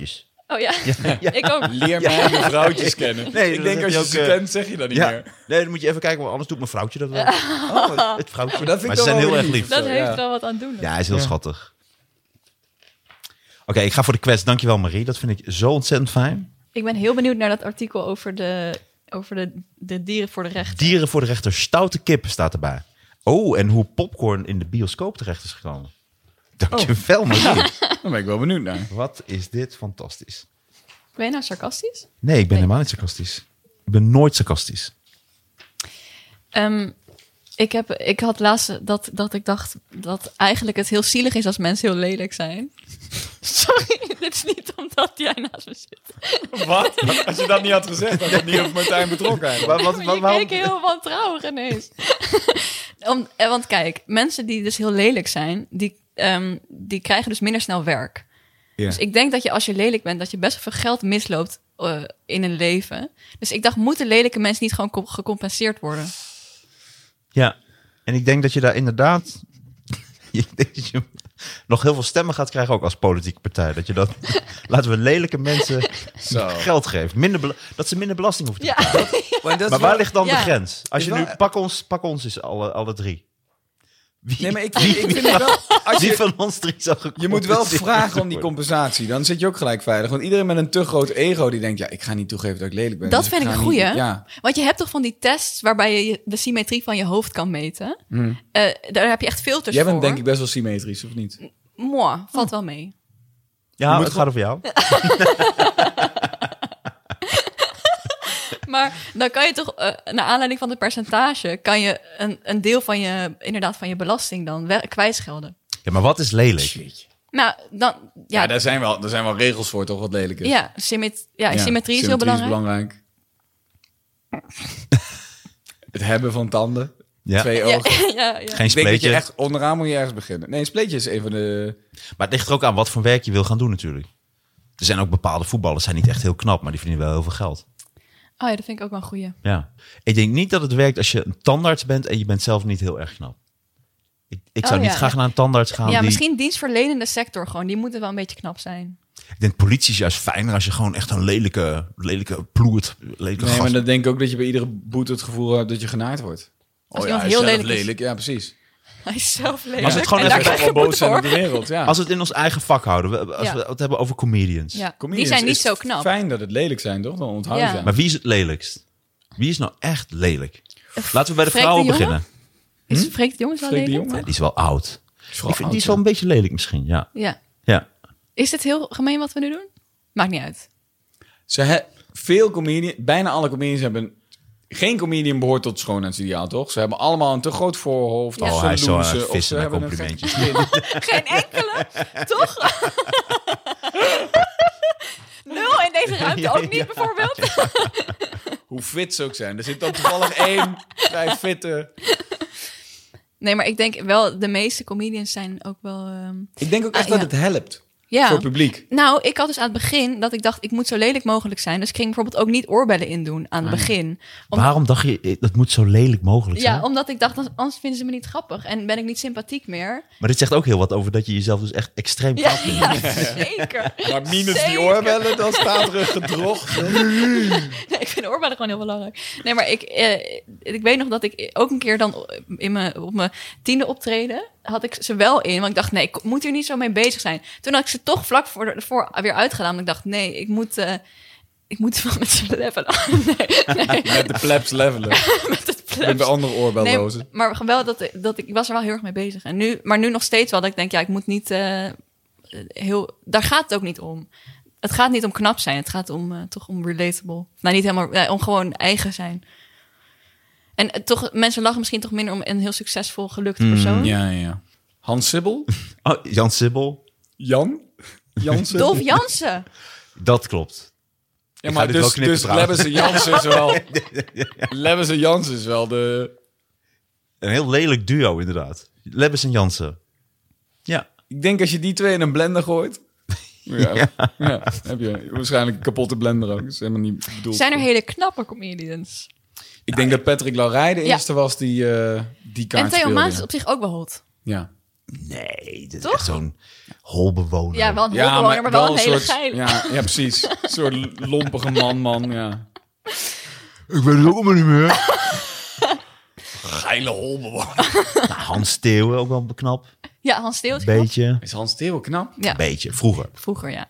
Oh ja, Ja. ik ook. Leer mij de vrouwtjes kennen. Nee, ik dat denk heb als je je ook, ze kent, zeg je dat niet Ja. meer. Nee, dan moet je even kijken, want anders doet mijn vrouwtje dat wel. Oh, het vrouwtje. Maar dat vind Maar ik ze wel zijn heel wel erg lief. lief. Dat Zo, heeft ja. wel wat aan doen. Ja, hij is heel schattig. Oké, ik ga voor de quest. Dankjewel, Marie. Dat vind ik zo ontzettend fijn. Ik ben heel benieuwd naar dat artikel over de dieren voor de rechten. Dieren voor de rechter. Stoute kip staat erbij. Oh, en hoe popcorn in de bioscoop terecht is gekomen. Dankjewel, Marie. Daar ben ik wel benieuwd naar. Wat is dit fantastisch. Ben je nou sarcastisch? Nee, ik ben helemaal niet sarcastisch. Ik ben nooit sarcastisch. Ik had laatst dat ik dacht dat eigenlijk het heel zielig is als mensen heel lelijk zijn. Sorry, dit is niet omdat jij naast me zit. Wat? Als je dat niet had gezegd, had ik niet op Martijn betrokken eigenlijk. Maar je keek heel wantrouwig ineens. Want kijk, mensen die dus heel lelijk zijn, die krijgen dus minder snel werk. Ja. Dus ik denk dat je als je lelijk bent, dat je best wel veel geld misloopt in een leven. Dus ik dacht, moeten lelijke mensen niet gewoon gecompenseerd worden? Ja, en ik denk dat je daar inderdaad... Ik denk dat je nog heel veel stemmen gaat krijgen, ook als politieke partij. Dat je dat... Laten we lelijke mensen Zo. geld geven. Dat ze minder belasting hoeven te Ja. betalen. Maar waar ligt dan de Ja. grens? Als je Is nu... wel- Pak ons eens alle drie. Wie, Nee, maar ik vind het wel... Als wie je, van ons drie zou je moet wel gecompenseerd vragen om die worden? compensatie. Dan zit je ook gelijk veilig. Want iedereen met een te groot ego die denkt... ja, ik ga niet toegeven dat ik lelijk ben. Dat dus vind ik ga een goeie. niet- Ja. Want je hebt toch van die tests waarbij je de symmetrie van je hoofd kan meten. Daar heb je echt filters Jij voor. bent denk ik best wel symmetrisch, of niet? Moi, valt wel mee. Ja, moet het gaat over jou. Maar dan kan je toch, naar aanleiding van het percentage, kan je een deel van je belasting dan kwijtschelden. Ja, maar wat is lelijk? Nou, dan, Ja, daar zijn wel regels voor, toch, wat lelijk is. ja, symmetrie is heel belangrijk. Het hebben van tanden. Ja. 2 Ja, ogen. ja. Geen Ik denk dat spleetje. je echt onderaan moet je ergens beginnen. Nee, een spleetje is een van de... Maar het ligt er ook aan wat voor werk je wil gaan doen natuurlijk. Er zijn ook bepaalde voetballers, zijn niet echt heel knap, maar die verdienen wel heel veel geld. Oh ja, dat vind ik ook wel een goeie. Ja. Ik denk niet dat het werkt als je een tandarts bent en je bent zelf niet heel erg knap. Ik zou Oh, niet ja. graag naar een tandarts gaan. Ja, die... misschien dienstverlenende sector gewoon. Die moeten wel een beetje knap zijn. Ik denk politie is juist fijner als je gewoon echt een lelijke ploert. Lelijke Nee, gast. maar dan denk ik ook dat je bij iedere boete het gevoel hebt dat je genaaid wordt. Als Oh iemand hij is heel zelf lelijk is. lelijk. Ja, precies. Hij is zelf lelijk. Als het gewoon en even daar Echt krijg wel je boos boete zijn op voor. de wereld, ja. Als we het in ons eigen vak houden, als Ja. we het hebben over comedians. Ja, die Comedians zijn niet is zo knap. fijn dat het lelijk zijn, toch? Dan onthoud je Ja. zijn. Maar wie is het lelijkst? Wie is nou echt lelijk? Laten we bij de Freek vrouwen de Jonge? beginnen. Is Freek de Jonge zo Freek de lelijk? Jonge? Ja, die is wel oud. Vooral Die oud, is wel een beetje lelijk misschien, ja. Ja. Ja. Is dit heel gemeen wat we nu doen? Maakt niet uit. Veel comedians, bijna alle comedians hebben... Geen comedian behoort tot het schoonheidsideaal, toch? Ze hebben allemaal een te groot voorhoofd. Ja. Of Oh, ze hij is zo aan loesen, het of vissen ze naar hebben een complimentjes. Geen enkele, toch? Nul in deze ruimte ook niet, bijvoorbeeld. Hoe fit ze ook zijn. Er zit dan toevallig één vrij fitte... Nee, maar ik denk wel, de meeste comedians zijn ook wel... Ik denk ook echt Ah, dat ja. het helpt ja. voor het publiek. Nou, ik had dus aan het begin dat ik dacht, ik moet zo lelijk mogelijk zijn. Dus ik ging bijvoorbeeld ook niet oorbellen indoen aan het begin. Waarom dacht je, dat moet zo lelijk mogelijk zijn? Ja, omdat ik dacht, anders vinden ze me niet grappig. En ben ik niet sympathiek meer. Maar dit zegt ook heel wat over dat je jezelf dus echt extreem Ja, knap vindt. ja zeker. Maar minus die Zeker. oorbellen, dan staat er een gedrocht. Nee, ik vind oorbellen gewoon heel belangrijk. Nee, maar ik weet nog dat ik ook een keer dan op mijn 10e optreden had ik ze wel in. Want ik dacht, nee, ik moet hier niet zo mee bezig zijn. Toen had ik ze toch vlak voor weer uitgedaan. Want ik dacht, nee, ik moet wel met ze levelen. Nee, Met de plebs levelen. met het Met de plebs. andere oorbellozen. Nee, maar wel dat ik was er wel heel erg mee bezig. Maar nu nog steeds wel dat ik denk, ja, ik moet niet daar gaat het ook niet om. Het gaat niet om knap zijn. Het gaat toch om relatable. Nou, niet helemaal, om gewoon eigen zijn. En toch, mensen lachen misschien toch minder om een heel succesvol, gelukte persoon. Ja. Hans Sibbel? Oh, Jan Sibbel, Jan? Jan Sibbel? Dolf Jansen. dat klopt. Ja, Ik ga maar dit wel dus knippen trouwens. Lebbes en Jansen is wel... Lebbes en Jansen is wel de... Een heel lelijk duo inderdaad. Lebbes en Jansen. Ja. Ik denk als je die twee in een blender gooit... Ja, heb je waarschijnlijk een kapotte blender ook. Dat is helemaal niet bedoeld. Zijn er hele knappe comedians. Ik denk dat Patrick Larrey de Ja. eerste was die kaart En Theo speelde. Maas is op zich ook wel hot. Ja. Nee, dit is Toch? echt zo'n holbewoner. Ja, wel een holbewoner, maar wel een hele soort, geile. ja, precies. Een soort lompige man, ja. Ik weet het ook allemaal niet meer. Geile holbewoner. Nou, Hans Steeuwen ook wel knap. Ja, Hans Steeuw is knap. Beetje. Is Hans Theo knap? Ja, Beetje. Vroeger. vroeger, ja.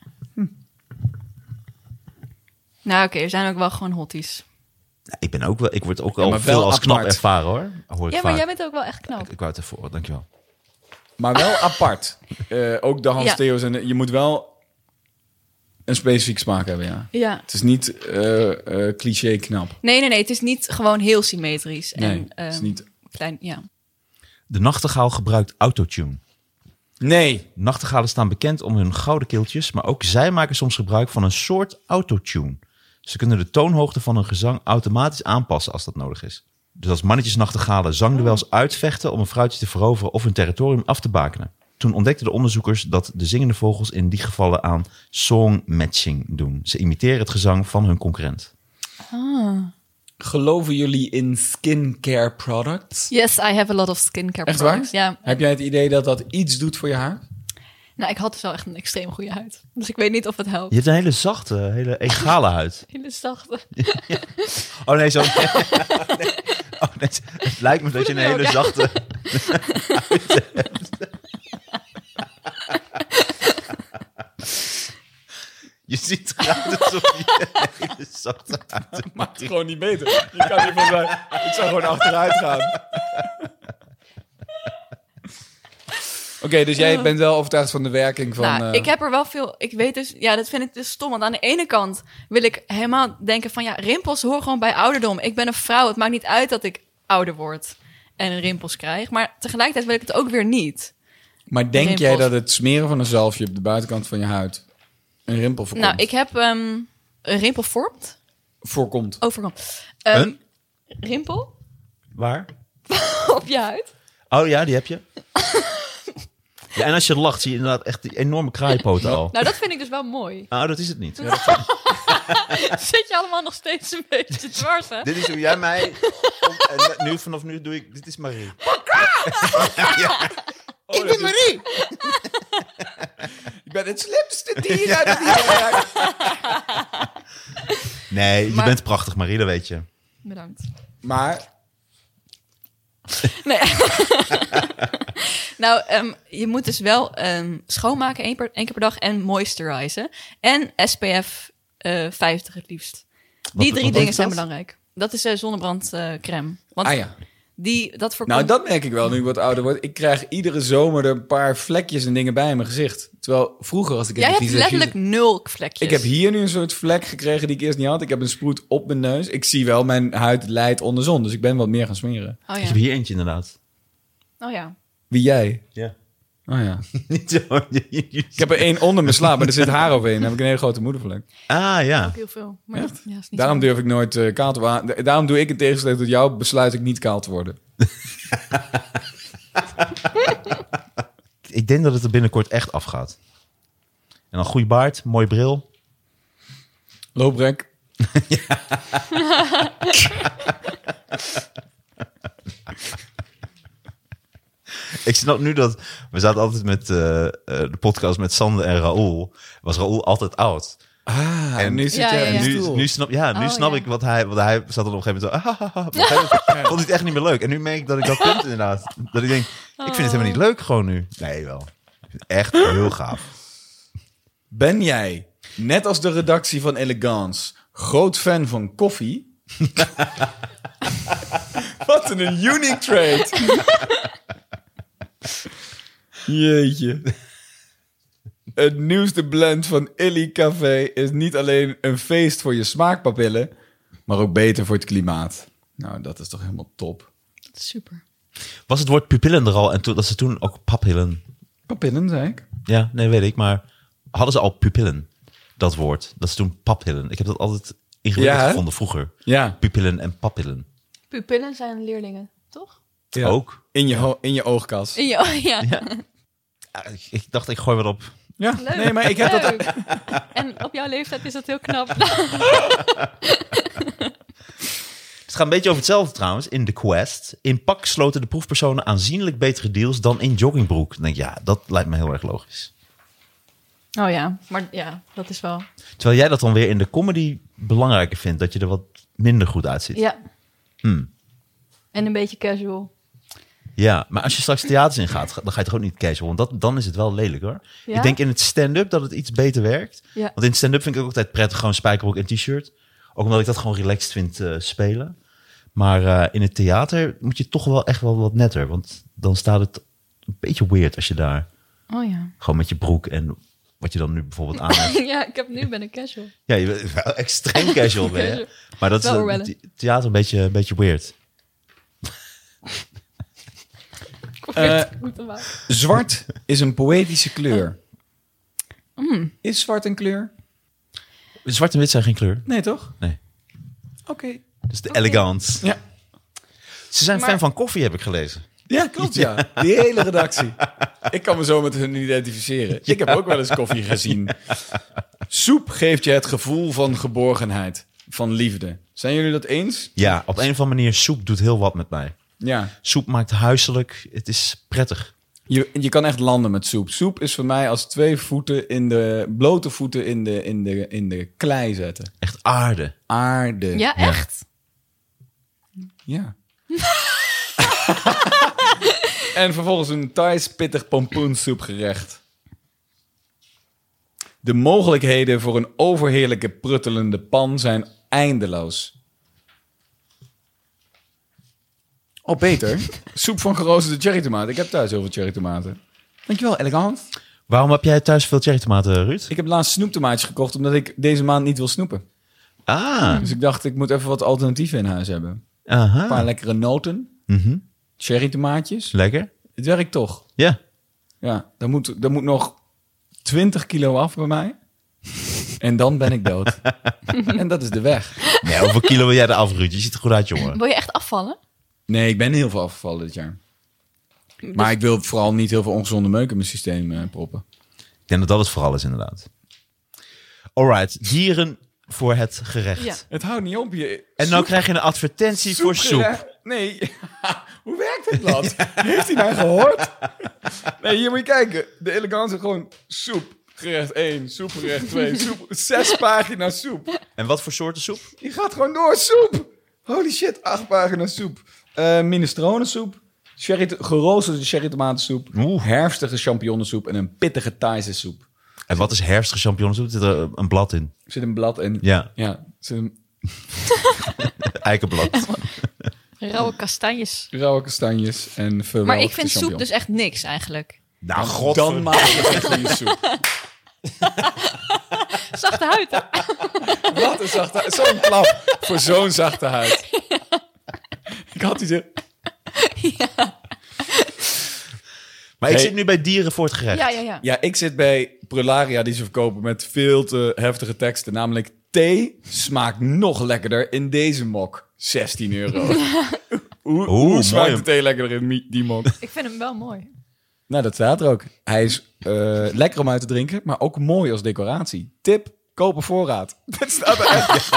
Nou, oké, er zijn ook wel gewoon hotties. Ja, ik word ook Ja, al maar veel wel als knap apart. ervaren, hoor. Hoor ik Ja, maar vaak. jij bent ook wel echt knap. Ik wou het ervoor, dankjewel. Maar wel apart. Ook de Hans Ja. Theo's. En je moet wel een specifiek smaak hebben, ja. Ja. Het is niet cliché knap. Nee, het is niet gewoon heel symmetrisch. Nee, en, het is niet... klein, ja. De nachtegaal gebruikt autotune. Nee. Nachtegalen staan bekend om hun gouden keeltjes, maar ook zij maken soms gebruik van een soort autotune. Ze kunnen de toonhoogte van hun gezang automatisch aanpassen als dat nodig is. Dus als mannetjesnachtegalen zangduels uitvechten om een vrouwtje te veroveren of hun territorium af te bakenen. Toen ontdekten de onderzoekers dat de zingende vogels in die gevallen aan song matching doen. Ze imiteren het gezang van hun concurrent. Geloven jullie in skincare products? Yes, I have a lot of skincare Echt waar? products. Ja. Heb jij het idee dat dat iets doet voor je haar? Nou, ik had dus wel echt een extreem goede huid. Dus ik weet niet of het helpt. Je hebt een hele zachte, hele egale huid. Hele zachte. Oh nee, zo. Nee. Oh, nee. Het lijkt me dat je een hele Ja. zachte huid hebt. Je ziet eruit alsof je een hele zachte huid hebt. Maakt het gewoon niet beter. Je kan niet van mij. Ik zou gewoon achteruit gaan. Oké, dus jij bent wel overtuigd van de werking van... Nou, ik heb er wel veel... Ik weet dus... Ja, dat vind ik dus stom. Want aan de ene kant wil ik helemaal denken van... Ja, rimpels horen gewoon bij ouderdom. Ik ben een vrouw. Het maakt niet uit dat ik ouder word en rimpels krijg. Maar tegelijkertijd wil ik het ook weer niet. Maar denk rimpels. jij dat het smeren van een zalfje op de buitenkant van je huid een rimpel voorkomt? Nou, ik heb een rimpel vormt. Voorkomt. Overkomt. Een? Rimpel Waar? op je huid. Oh ja, die heb je. Ja, en als je lacht, zie je inderdaad echt die enorme kraaipoten al. Nou, dat vind ik dus wel mooi. Nou, dat is het niet. Zit je allemaal nog steeds een beetje dwars, hè? Dit is hoe jij mij... En vanaf nu doe ik... Dit is Marie. Ik ben Marie! Ik ben het slimste dier uit het dierenrijk. Nee, je Maar- bent prachtig, Marie, dat weet je. Bedankt. Maar Nee. Nou, je moet dus wel schoonmaken één keer per dag en moisturizen. En SPF 50 het liefst. Die wat drie is dingen zijn dat? belangrijk. Dat is zonnebrandcrème. Want ja. dat voorkomt... Nou, dat merk ik wel nu ik wat ouder word. Ik krijg iedere zomer er een paar vlekjes en dingen bij in mijn gezicht. Terwijl vroeger als ik... Jij een hebt vieze- letterlijk 0 vlekjes. Ik heb hier nu een soort vlek gekregen die ik eerst niet had. Ik heb een sproet op mijn neus. Ik zie wel, mijn huid lijdt onder zon. Dus ik ben wat meer gaan smeren. Oh Ik ja. heb hier eentje inderdaad. Oh ja. Wie jij? Ja. Oh ja. Niet zo. Ik heb er één onder mijn slaap, maar er zit haar overheen. Dan heb ik een hele grote moedervlek. Ah, ja. Heel veel. Maar Echt? ja, is niet Daarom zo. durf ik nooit kaal te worden. Daarom doe ik in tegenstelling tot jou, besluit ik niet kaal te worden. Ik denk dat het er binnenkort echt afgaat. En dan goede baard, mooie bril. Looprek. Ik snap nu dat... We zaten altijd met de podcast met Sander en Raoul. Was Raoul altijd oud. En nu zit Ja, jij ja, in ja. de Nu, stoel. nu snap, Oh, snap ja. ik wat hij... Want hij zat er op een gegeven moment zo... Op een gegeven moment vond hij het echt niet meer leuk. En nu merk ik dat ik dat punt inderdaad... Dat ik denk, ik vind het helemaal niet leuk gewoon nu. Nee, wel. Ik vind het echt heel gaaf. Ben jij, net als de redactie van Elegance, groot fan van koffie? Wat een unique trait. Jeetje. Het nieuwste blend van Illy Café is niet alleen een feest voor je smaakpapillen, maar ook beter voor het klimaat. Nou, dat is toch helemaal top. Super. Was het woord pupillen er al en dat ze toen ook papillen... Papillen, zei ik. Ja, nee, weet ik. Maar hadden ze al pupillen, dat woord? Dat is toen papillen. Ik heb dat altijd ingewikkeld Ja, hè? gevonden vroeger. Ja. Pupillen en papillen. Pupillen zijn leerlingen, toch? Ja. Ook. In je oogkas. Ja. Ja, ik dacht, ik gooi wat op. Ja, Leuk. nee, maar ik heb dat... Leuk. En op jouw leeftijd is dat heel knap. Het gaat een beetje over hetzelfde trouwens. In The Quest. In pak sloten de proefpersonen aanzienlijk betere deals dan in joggingbroek. Dan denk ik, ja, dat lijkt me heel erg logisch. Oh ja, maar ja, dat is wel... Terwijl jij dat dan weer in de comedy belangrijker vindt. Dat je er wat minder goed uitziet. Ja. En een beetje casual. Ja, maar als je straks theaters ingaat, dan ga je toch ook niet casual. Want dan is het wel lelijk hoor. Ja? Ik denk in het stand-up dat het iets beter werkt. Ja. Want in het stand-up vind ik ook altijd prettig gewoon spijkerbroek en t-shirt. Ook omdat ik dat gewoon relaxed vind spelen. Maar in het theater moet je toch wel echt wel wat netter. Want dan staat het een beetje weird als je daar Oh ja. gewoon met je broek en wat je dan nu bijvoorbeeld aan hebt. Ja, nu ben ik casual. Ja, je bent wel extreem casual ben je. Casual. Maar dat is Wel theater een beetje weird. Ik probeer het goed te maken. Zwart is een poëtische kleur. Is zwart een kleur? Zwart en wit zijn geen kleur. Nee, toch? Nee. Oké. Dus de elegance. Ja. Ze zijn Maar- fan van koffie, heb ik gelezen. Ja, klopt ja. Die hele redactie. Ik kan me zo met hun identificeren. Ik heb ook wel eens koffie gezien. Soep geeft je het gevoel van geborgenheid, van liefde. Zijn jullie dat eens? Ja, op een of andere manier, soep doet heel wat met mij. Ja. Soep maakt huiselijk. Het is prettig. Je kan echt landen met soep. Soep is voor mij als 2 voeten blote voeten in de klei zetten. Echt aarde. Aarde. Ja, echt? Ja. En vervolgens een Thais pittig pompoensoepgerecht. De mogelijkheden voor een overheerlijke pruttelende pan zijn eindeloos. Oh, Peter. Soep van geroosterde cherrytomaten. Ik heb thuis heel veel cherrytomaten. Dankjewel, elegant. Waarom heb jij thuis veel cherrytomaten, Ruud? Ik heb laatst snoeptomaatjes gekocht omdat ik deze maand niet wil snoepen. Ah. Dus ik dacht, ik moet even wat alternatieven in huis hebben. Een Aha. paar lekkere noten. Mhm. Cherrytomaatjes. Lekker. Het werkt toch. Ja. Ja, er moet nog 20 kilo af bij mij. En dan ben ik dood. En dat is de weg. Nee, hoeveel kilo wil jij er af, Ruud? Je ziet er goed uit, jongen. Wil je echt afvallen? Nee, ik ben heel veel afgevallen dit jaar. Maar ik wil vooral niet heel veel ongezonde meuk in mijn systeem proppen. Ik denk dat dat het vooral is, inderdaad. Alright, dieren voor het gerecht. Ja. Het houdt niet op. En nou krijg je een advertentie voor soep. Nee, hoe werkt dit blad? Heeft hij nou gehoord? Nee, hier moet je kijken. De elegante gewoon soep. Gerecht 1, soepgerecht 2, soep. 6 pagina's soep. En wat voor soorten soep? Je gaat gewoon door, soep. Holy shit, 8 pagina's soep. Minestronensoep. Geroosterde cherrytomatensoep. Oeh. Herfstige champignonsoep en een pittige Thaise soep. En wat is herfstige champignonsoep? Zit er een blad in? Er zit een blad in. Ja, Ja, er zit een eikenblad. Rauwe kastanjes. rauwe kastanjes en verwelkte Maar ik vind soep champignons. dus echt niks eigenlijk. Nou, Dan maak je een goede soep. Zachte huid, hè? Wat een zachte huid. Zo'n klap voor zo'n zachte huid. Ik had die zo... Maar ik Hey. zit nu bij dieren voor het gerecht. Ja. Ja, ik zit bij Prularia die ze verkopen met veel te heftige teksten. Namelijk thee smaakt nog lekkerder in deze mok. €16. Hoe smaakt mooi. de thee lekkerder in die mok? Ik vind hem wel mooi. Nou, dat staat er ook. Hij is lekker om uit te drinken, maar ook mooi als decoratie. Tip, koop een voorraad. Dat staat er echt.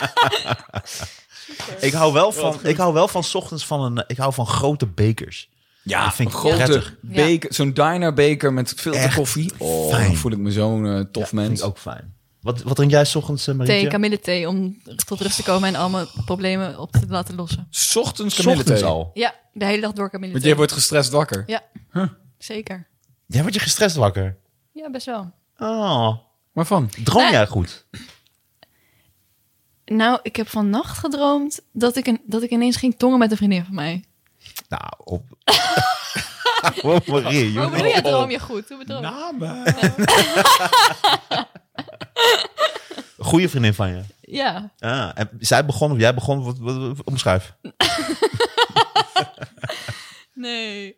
Ik hou wel van 's ochtends ik hou van grote bekers. Ja, Dat vind ik een grote prettig. beker, zo'n diner beker met filterkoffie. Oh, fijn. dan voel ik me zo'n tof Vind mens. ik ook fijn. Wat drink jij 's ochtends, Marietje? Thee, kamillethee, om tot rust te komen en al mijn problemen op te laten lossen. 's Ochtends 's kamillethee. ochtends al. Ja, de hele dag door Want kamillethee. jij wordt gestrest wakker. Ja, zeker. Jij wordt je gestrest wakker. Ja, best wel. Oh, Waarvan? droom Nee. jij goed? Nou, ik heb vannacht gedroomd dat ik ineens ging tongen met een vriendin van mij. Nou, op... Oh, Marie, Hoe bedoel je, droom je goed? Hoe bedoel je? Namen. Goeie vriendin van je. Ja. Ah, en zij begon of jij begon? Wat omschrijf. Nee.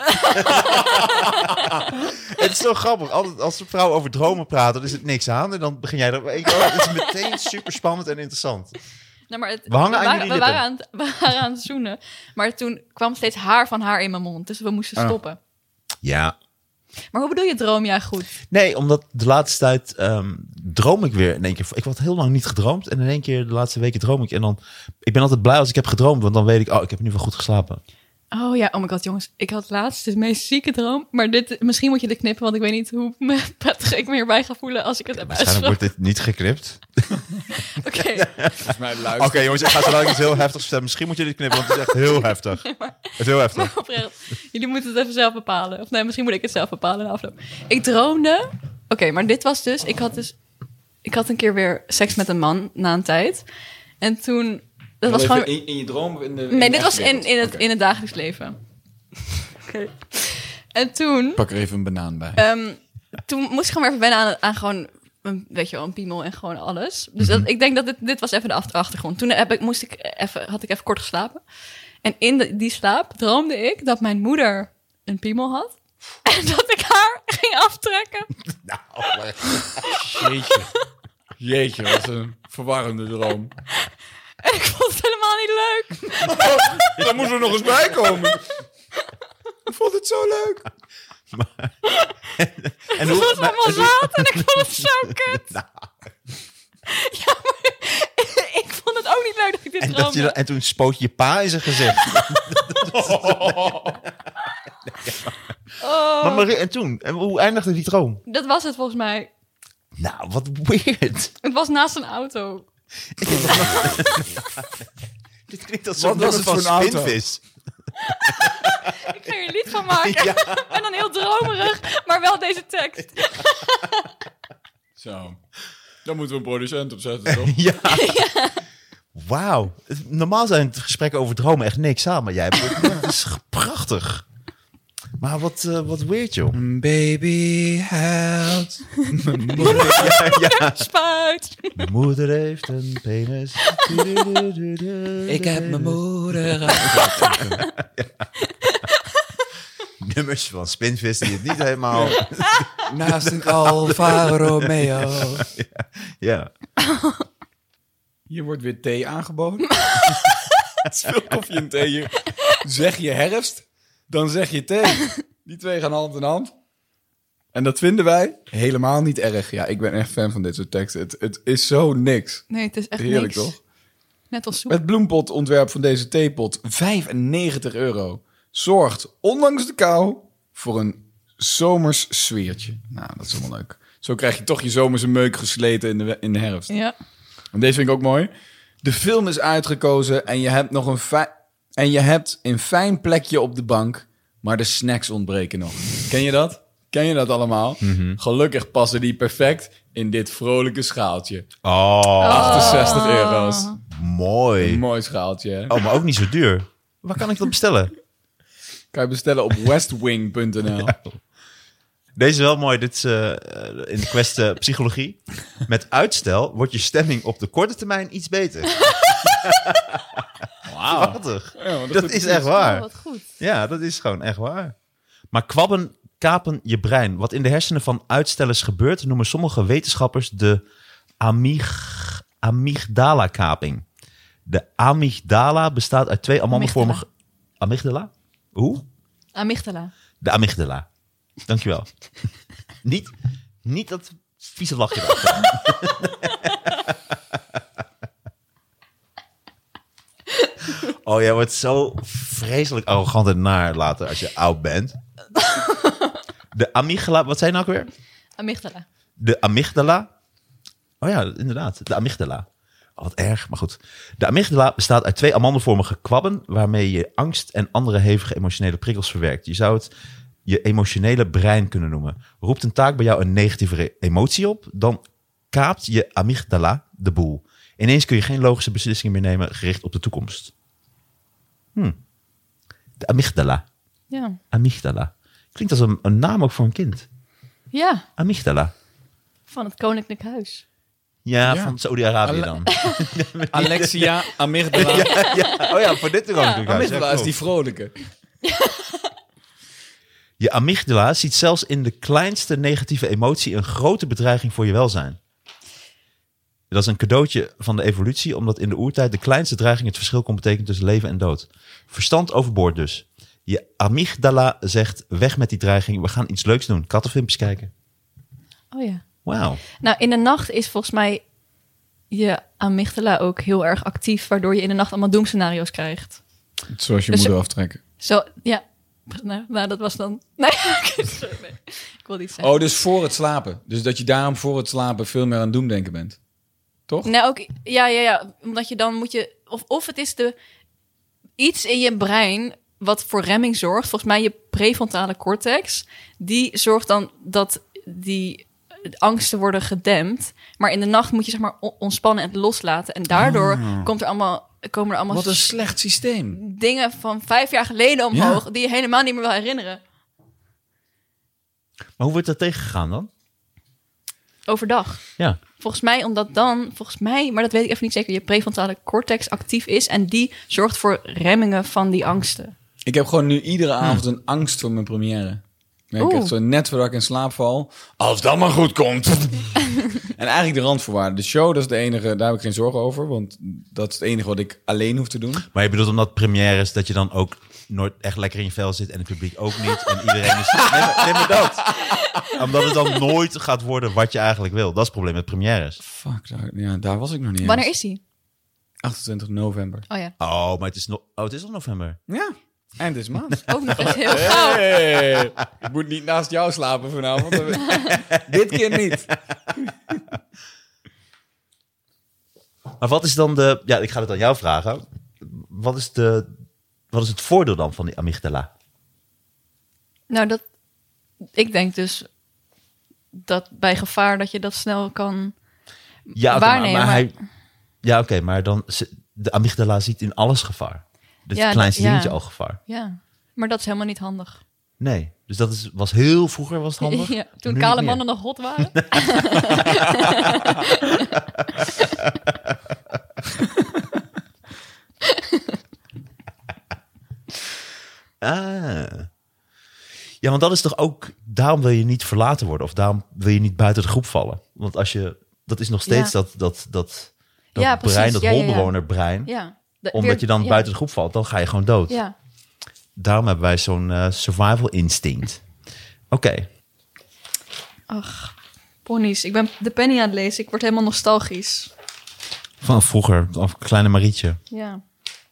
Het is zo grappig. Altijd als een vrouw over dromen praat, dan is het niks aan. En dan begin jij er... Het is meteen super spannend en interessant. Nou, maar We hangen aan jullie we waren aan het zoenen. Maar toen kwam steeds haar van haar in mijn mond. Dus we moesten stoppen. Ja. Maar hoe bedoel je droom jij goed? Nee, omdat de laatste tijd droom ik weer in één keer. Ik had heel lang niet gedroomd. En in één keer de laatste weken droom ik. En dan, ik ben altijd blij als ik heb gedroomd. Want dan weet ik, ik heb in ieder geval goed geslapen. Oh ja, oh my god jongens. Ik had laatst de meest zieke droom. Maar misschien moet je dit knippen, want ik weet niet hoe prettig ik me hierbij ga voelen als ik het heb Waarschijnlijk uitgesproken. wordt dit niet geknipt. Oké. Volgens mij luistert. Oké, jongens, ik ga zo lang iets heel heftigs vertellen. Misschien moet je dit knippen, want het is echt heel heftig. Het is heel heftig. Maar oprecht, jullie moeten het even zelf bepalen. Of nee, misschien moet ik het zelf bepalen in de afloop. Ik droomde... Oké, maar dit was dus... Ik had een keer weer seks met een man na een tijd. En toen... Dat was gewoon... in je droom? Of Nee, dit was in het dagelijks leven. Oké. En toen... Pak er even een banaan bij. Toen moest ik gewoon weer even wennen aan gewoon... een piemel en gewoon alles. Dus ik denk dat dit was even de achtergrond. Toen had ik even kort geslapen. En in die slaap droomde ik dat mijn moeder een piemel had. En dat ik haar ging aftrekken. Jeetje, wat een verwarrende droom. En ik vond het helemaal niet leuk. Daar moeten we nog eens bij komen. Ik vond het zo leuk. En Het was allemaal zaad en ik vond het zo kut. Nou. Ja, maar ik vond het ook niet leuk dat ik dit droomde. En toen spoot je pa in zijn gezicht. Maar Marie, en toen? En hoe eindigde die droom? Dat was het volgens mij. Nou, wat weird. Het was naast een auto. Dit klinkt als Wat zo'n was nummer het van voor een auto? Spinvis. Ik ga er een lied van maken. Ja. En dan heel dromerig, maar wel deze tekst. Zo. Dan moeten we een producent opzetten, toch? Ja. Wauw. Normaal zijn het gesprekken over dromen echt niks aan, maar jij hebt het is prachtig. Maar wat weird, joh. Baby huilt. Ja. Spuit. Mijn moeder heeft een penis. Ik heb mijn moeder. Nummers van Spinvis die het niet helemaal... Naast een Alfa Romeo. Ja. Hier wordt weer thee aangeboden. Het is veel koffie en thee hier. Zeg je herfst, dan zeg je thee. Die twee gaan hand in hand. En dat vinden wij helemaal niet erg. Ja, ik ben echt fan van dit soort teksten. Het is zo niks. Nee, het is echt Heerlijk, niks. toch? Net als soep. Het bloempotontwerp van deze theepot, €95. Zorgt, ondanks de kou, voor een zomers sfeertje. Nou, dat is wel leuk. Zo krijg je toch je zomerse meuk gesleten in de herfst. Ja. En deze vind ik ook mooi. De film is uitgekozen en je hebt nog een fijn plekje op de bank, maar de snacks ontbreken nog. Ken je dat? Ken je dat allemaal? Gelukkig passen die perfect in dit vrolijke schaaltje. €68. Mooi. Een mooi schaaltje, hè? Oh, maar ook niet zo duur. Waar kan ik dat bestellen? Kan je bestellen op westwing.nl. Deze is wel mooi. Dit is in de kwestie psychologie. Met uitstel wordt je stemming op de korte termijn iets beter. Wauw. Prachtig. Ja, dat is echt waar. Oh, wat goed. Ja, dat is gewoon echt waar. Maar kwabben kapen je brein. Wat in de hersenen van uitstellers gebeurt, noemen sommige wetenschappers de amygdala-kaping. De amygdala bestaat uit twee amandelvormige... Amygdala? Hoe? Amygdala. De amygdala. Dankjewel. niet dat vieze lachje erachter. Oh, jij wordt zo vreselijk arrogant en naar later als je oud bent. De amygdala, wat zei je nou ook weer? Amygdala. De amygdala. Oh ja, inderdaad. De amygdala. Oh, wat erg, maar goed. De amygdala bestaat uit twee amandelvormige kwabben waarmee je angst en andere hevige emotionele prikkels verwerkt. Je zou het je emotionele brein kunnen noemen. Roept een taak bij jou een negatieve emotie op, dan kaapt je amygdala de boel. Ineens kun je geen logische beslissingen meer nemen gericht op de toekomst. De amygdala. Ja. Amygdala. Klinkt als een naam ook voor een kind. Ja, Amygdala. van het Koninklijk Huis. Ja, Ja. van Saudi-Arabië dan. Alexia Amygdala. Ja. Oh ja, voor dit Koninklijk Huis. Amygdala Ja, is die vrolijke. Je amygdala ziet zelfs in de kleinste negatieve emotie een grote bedreiging voor je welzijn. Dat is een cadeautje van de evolutie, omdat in de oertijd de kleinste dreiging het verschil kon betekenen tussen leven en dood. Verstand overboord dus. Je amygdala zegt, weg met die dreiging. We gaan iets leuks doen. Kattenfilmpjes kijken. Oh ja. Wauw. Nou, in de nacht is volgens mij je amygdala ook heel erg actief, waardoor je in de nacht allemaal doemscenario's krijgt. Zoals je Dus- moeder aftrekken. Zo, ja. Nou, dat was dan... Nee, sorry, nee. Ik wil niet zeggen. Oh, dus voor het slapen. Dus dat je daarom voor het slapen veel meer aan doemdenken bent. Toch? Nou, ook, ja. Omdat je dan moet je... Of het is iets in je brein wat voor remming zorgt. Volgens mij je prefrontale cortex. Die zorgt dan dat die angsten worden gedempt. Maar in de nacht moet je zeg maar ontspannen en loslaten. En daardoor komen er allemaal Wat een slecht systeem. dingen van 5 jaar geleden omhoog... die je helemaal niet meer wil herinneren. Maar hoe wordt dat tegengegaan dan? Overdag. Ja. Volgens mij, maar dat weet ik even niet zeker... je prefrontale cortex actief is... en die zorgt voor remmingen van die angsten. Ik heb gewoon nu iedere avond een angst voor mijn première. Ik Oeh. echt zo net voordat ik in slaap val. Als dat maar goed komt. En eigenlijk de randvoorwaarden. De show, dat is de enige, daar heb ik geen zorgen over. Want dat is het enige wat ik alleen hoef te doen. Maar je bedoelt omdat premières dat je dan ook nooit echt lekker in je vel zit en het publiek ook niet. En iedereen is... Nee, maar dat. Omdat het dan nooit gaat worden wat je eigenlijk wil. Dat is het probleem met premières. Fuck, daar was ik nog niet Wanneer eens. is die? 28 november. Oh ja, Oh, maar het is al november. Ja, eind deze maand. ook nog eens heel gauw. Hey, ik moet niet naast jou slapen vanavond. Dit keer niet. Maar wat is dan de... Ja, ik ga het aan jou vragen. Wat is het voordeel dan van die amygdala? Nou, ik denk dus dat bij gevaar dat je dat snel kan Ja, oké, waarnemen. maar dan... De amygdala ziet in alles gevaar. Dus Ja, het kleinste ja. dingetje al gevaar. Ja, maar dat is helemaal niet handig. Nee, dus dat was heel vroeger was het handig. Ja, toen Nu kale niet meer. mannen nog hot waren. Ah. Ja, want dat is toch ook... Daarom wil je niet verlaten worden. Of daarom wil je niet buiten de groep vallen. Want als je... Dat is nog steeds Ja. dat Ja, precies. brein, dat Ja, ja, ja. holbewonerbrein. Ja. Omdat je dan buiten de groep valt, dan ga je gewoon dood. Ja. Daarom hebben wij zo'n survival instinct. Oké. Ach, ponies. Ik ben de Penny aan het lezen. Ik word helemaal nostalgisch. Van vroeger, of kleine Marietje. Ja.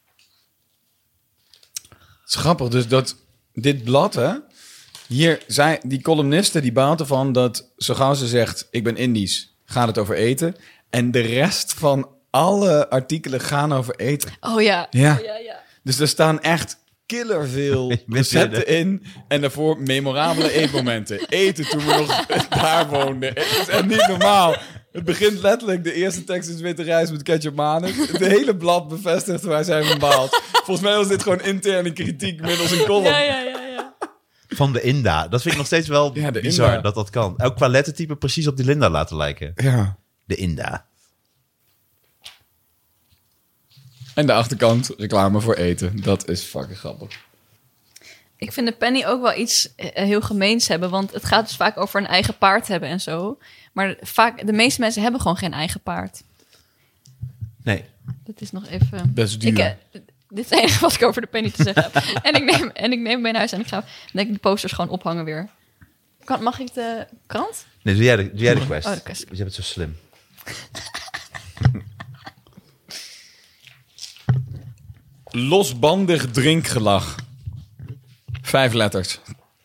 Het is grappig, dus dat dit blad, hè. Hier zijn die columnisten die baten van dat zo gauw ze zegt, ik ben Indisch, gaat het over eten. En de rest van alle artikelen gaan over eten. Oh ja. Ja. Oh, ja. Dus er staan echt killerveel recepten in. En daarvoor memorabele eetmomenten. Eten toen we nog daar woonden. Het is echt niet normaal. Het begint letterlijk, de eerste tekst is witte rijst met ketchup manis. Het hele blad bevestigt, wij zijn verbaald. Volgens mij was dit gewoon interne kritiek middels een column. Ja. Van de Inda. Dat vind ik nog steeds wel Ja, de bizar Inda. dat kan. Ook qua lettertype precies op die Linda laten lijken. Ja. De Inda. En de achterkant, reclame voor eten. Dat is fucking grappig. Ik vind de Penny ook wel iets heel gemeens hebben. Want het gaat dus vaak over een eigen paard hebben en zo. Maar vaak, de meeste mensen hebben gewoon geen eigen paard. Nee. Dat is nog even... Best duur. Dit is het enige wat ik over de Penny te zeggen heb. en ik neem hem mee naar huis en ik ga denk ik de posters gewoon ophangen weer. Mag ik de krant? Nee, doe jij de quest. Oh, de quest. Je bent zo slim. Losbandig drinkgelach. 5 letters.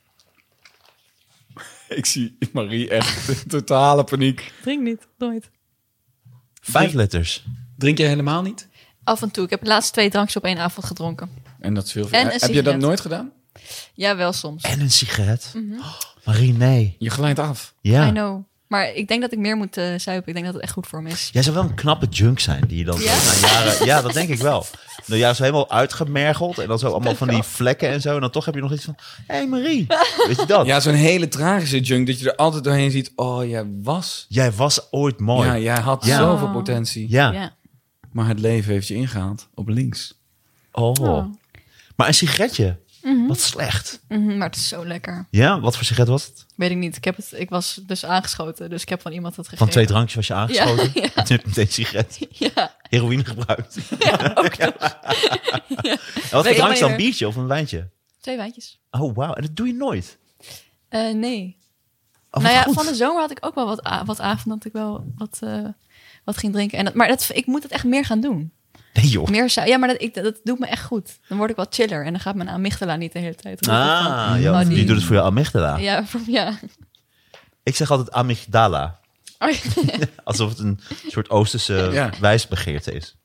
Ik zie Marie echt in totale paniek. Drink niet, nooit. 5 letters. Drink je helemaal niet? Af en toe. Ik heb de laatste 2 drankjes op 1 avond gedronken. En dat is veel. En een Heb je dat sigaret. nooit gedaan? Ja, wel soms. En een sigaret. Oh, Marie, nee. Je glijdt af. Ja. I know. Maar ik denk dat ik meer moet zuipen. Ik denk dat het echt goed voor me is. Jij zou wel een knappe junk zijn. Die je dan Ja? na jaren... Ja, dat denk ik wel. Nou ja, zo helemaal uitgemergeld. En dan zo allemaal van die vlekken en zo. En dan toch heb je nog iets van... Hé, hey Marie. Weet je dat? Ja, zo'n hele tragische junk dat je er altijd doorheen ziet. Oh, Jij was ooit mooi. Ja, jij had Ja. zoveel potentie. Ja. Ja. Maar het leven heeft je ingehaald op links. Oh. Oh. Maar een sigaretje. Wat slecht. Maar het is zo lekker. Ja, wat voor sigaret was het? Weet ik niet. Ik was dus aangeschoten. Dus ik heb van iemand het Van gegeven. 2 drankjes was je aangeschoten. Ja, ja. En toen heb je meteen een sigaret. Ja, Heroïne gebruikt. ja, ook nog. En wat voor Weet ik drankje dan? niet meer. Biertje of een wijntje? 2 wijntjes. Oh, wauw. En dat doe je nooit? Nee. Oh, Nou ja, goed. van de zomer had ik ook wel wat avonden dat ik wel wat ging drinken. En ik moet het echt meer gaan doen. Nee, joh. Ja, maar dat doet me echt goed. Dan word ik wat chiller en dan gaat mijn amygdala niet de hele tijd roepen van, Ja, oh, die doet het voor je amygdala. Ja. Ik zeg altijd amygdala. Oh, Alsof het een soort Oosterse wijsbegeerte is.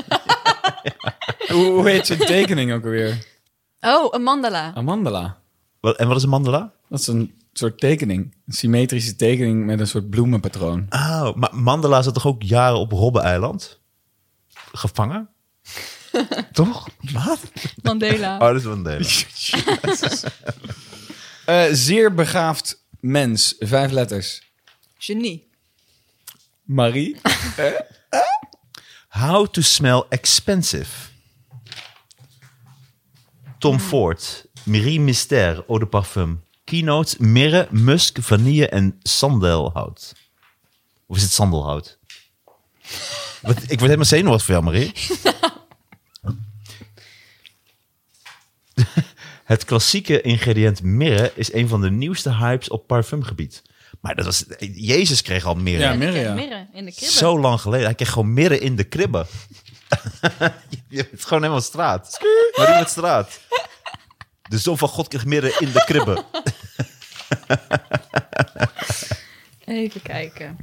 Hoe heet zijn tekening ook alweer? oh, een mandala. Een mandala. En wat is een mandala? Dat is een soort tekening. Een symmetrische tekening met een soort bloemenpatroon. Oh, maar mandala zat toch ook jaren op Robben-eiland? Gevangen? Toch? Wat? Mandela. Oh, dat is Mandela. Zeer begaafd mens. 5 letters. Genie. Marie. How to smell expensive. Tom Ford. Marie Mystère Eau de Parfum. Keynotes, mirre, musk, vanille en sandelhout. Of is het sandelhout? Ik word helemaal zenuwachtig voor jou, Marie. Het klassieke ingrediënt mirre is een van de nieuwste hypes op parfumgebied. Maar dat was... Jezus kreeg al mirre. Ja, mirre, ja. Mirre in de kribben. Zo lang geleden. Hij kreeg gewoon mirre in de kribben. Je bent gewoon helemaal straat. Marie met straat. De zoon van God kreeg mirre in de kribben. Even kijken.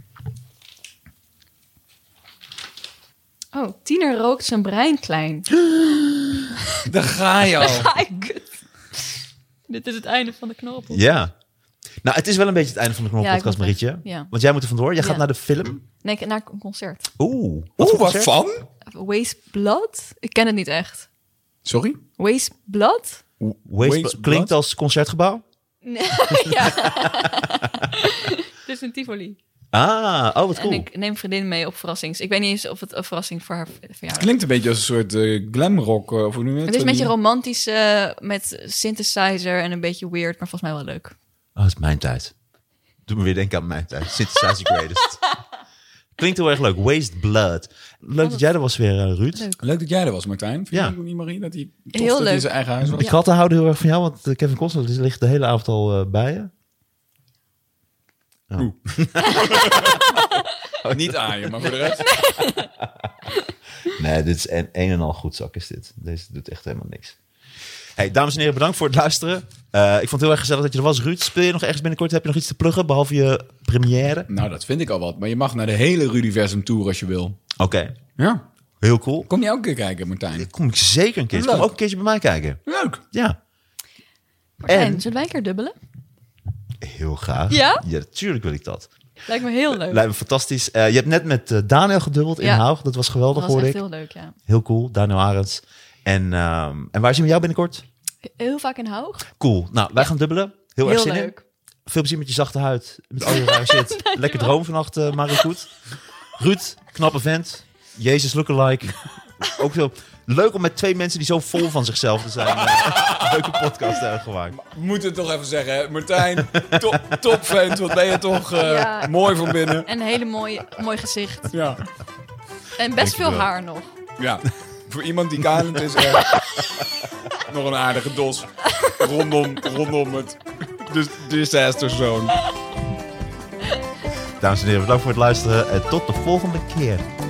Oh, tiener rookt zijn brein klein. Daar ga je al. Ai, kut. Dit is het einde van de knoppel. Ja. Nou, het is wel een beetje het einde van de Ja, ik Knol-podcast, moet weg. Marietje. Ja. Want jij moet er vandoor. Jij gaat Ja. naar de film. Nee, naar een concert. Oeh. Oeh, voor wat concert? van? Waste Blood? Ik ken het niet echt. Sorry? Waste Blood? Waste klinkt Blood? als concertgebouw. Nee, ja. Het is een Tivoli. Ah, oh, wat cool. En ik neem vriendin mee op verrassings. Ik weet niet eens of het een verrassing voor haar verjaardag. Klinkt een beetje als een soort glamrock. Of hoe noem je het? Het is een beetje romantisch met synthesizer en een beetje weird, maar volgens mij wel leuk. Oh, dat is mijn tijd. Doe me weer denken aan mijn tijd. Synthesizer Greatest. Klinkt heel erg leuk. Waste Blood. Leuk dat jij er was weer, Ruud. Leuk. Leuk dat jij er was, Martijn. Vind Ja. je ook niet, Marie? Dat hij tof Heel dat hij leuk. in zijn eigen huis was? Ik had te houden heel erg van jou, want Kevin Costner ligt de hele avond al bij je. Oh, niet aaien, maar voor de rest. Nee, dit is een en al goed zak is dit. Deze doet echt helemaal niks. Hey, dames en heren, bedankt voor het luisteren. Ik vond het heel erg gezellig dat je er was, Ruud. Speel je nog ergens binnenkort? Heb je nog iets te pluggen, behalve je première? Nou, dat vind ik al wat. Maar je mag naar de hele Rudiversum Tour als je wil. Oké, Ja. heel cool. Kom je ook een keer kijken, Martijn? Kom ik zeker een keer. Leuk. Kom ook een keertje bij mij kijken. Leuk. Ja, Martijn, En? zullen wij een keer dubbelen? heel graag. Ja? Ja, natuurlijk wil ik dat. Lijkt me heel leuk. Lijkt me fantastisch. Je hebt net met Daniel gedubbeld in Ja. Haug. Dat was geweldig, Dat was hoorde echt ik. heel leuk, ja. Heel cool, Daniel Arends. En waar zien we jou binnenkort? Heel vaak in Haug. Cool. Nou, wij gaan dubbelen. Heel erg Heel zin in. leuk. Veel plezier met je zachte huid. Met al je rare shit. Lekker droom vannacht, Marie Goed. Ruud, knappe vent. Jezus lookalike. Ook zo leuk om met 2 mensen die zo vol van zichzelf te zijn. Een leuke podcast te hebben gemaakt. We moeten het toch even zeggen, hè? Martijn, top vent. Wat ben je toch Ja. mooi van binnen. En een hele mooi gezicht. Ja. En best veel Dankjewel. haar nog. Ja. Voor iemand die kalend is, nog een aardige dos. Rondom het disaster zone. Dames en heren, bedankt voor het luisteren. En tot de volgende keer.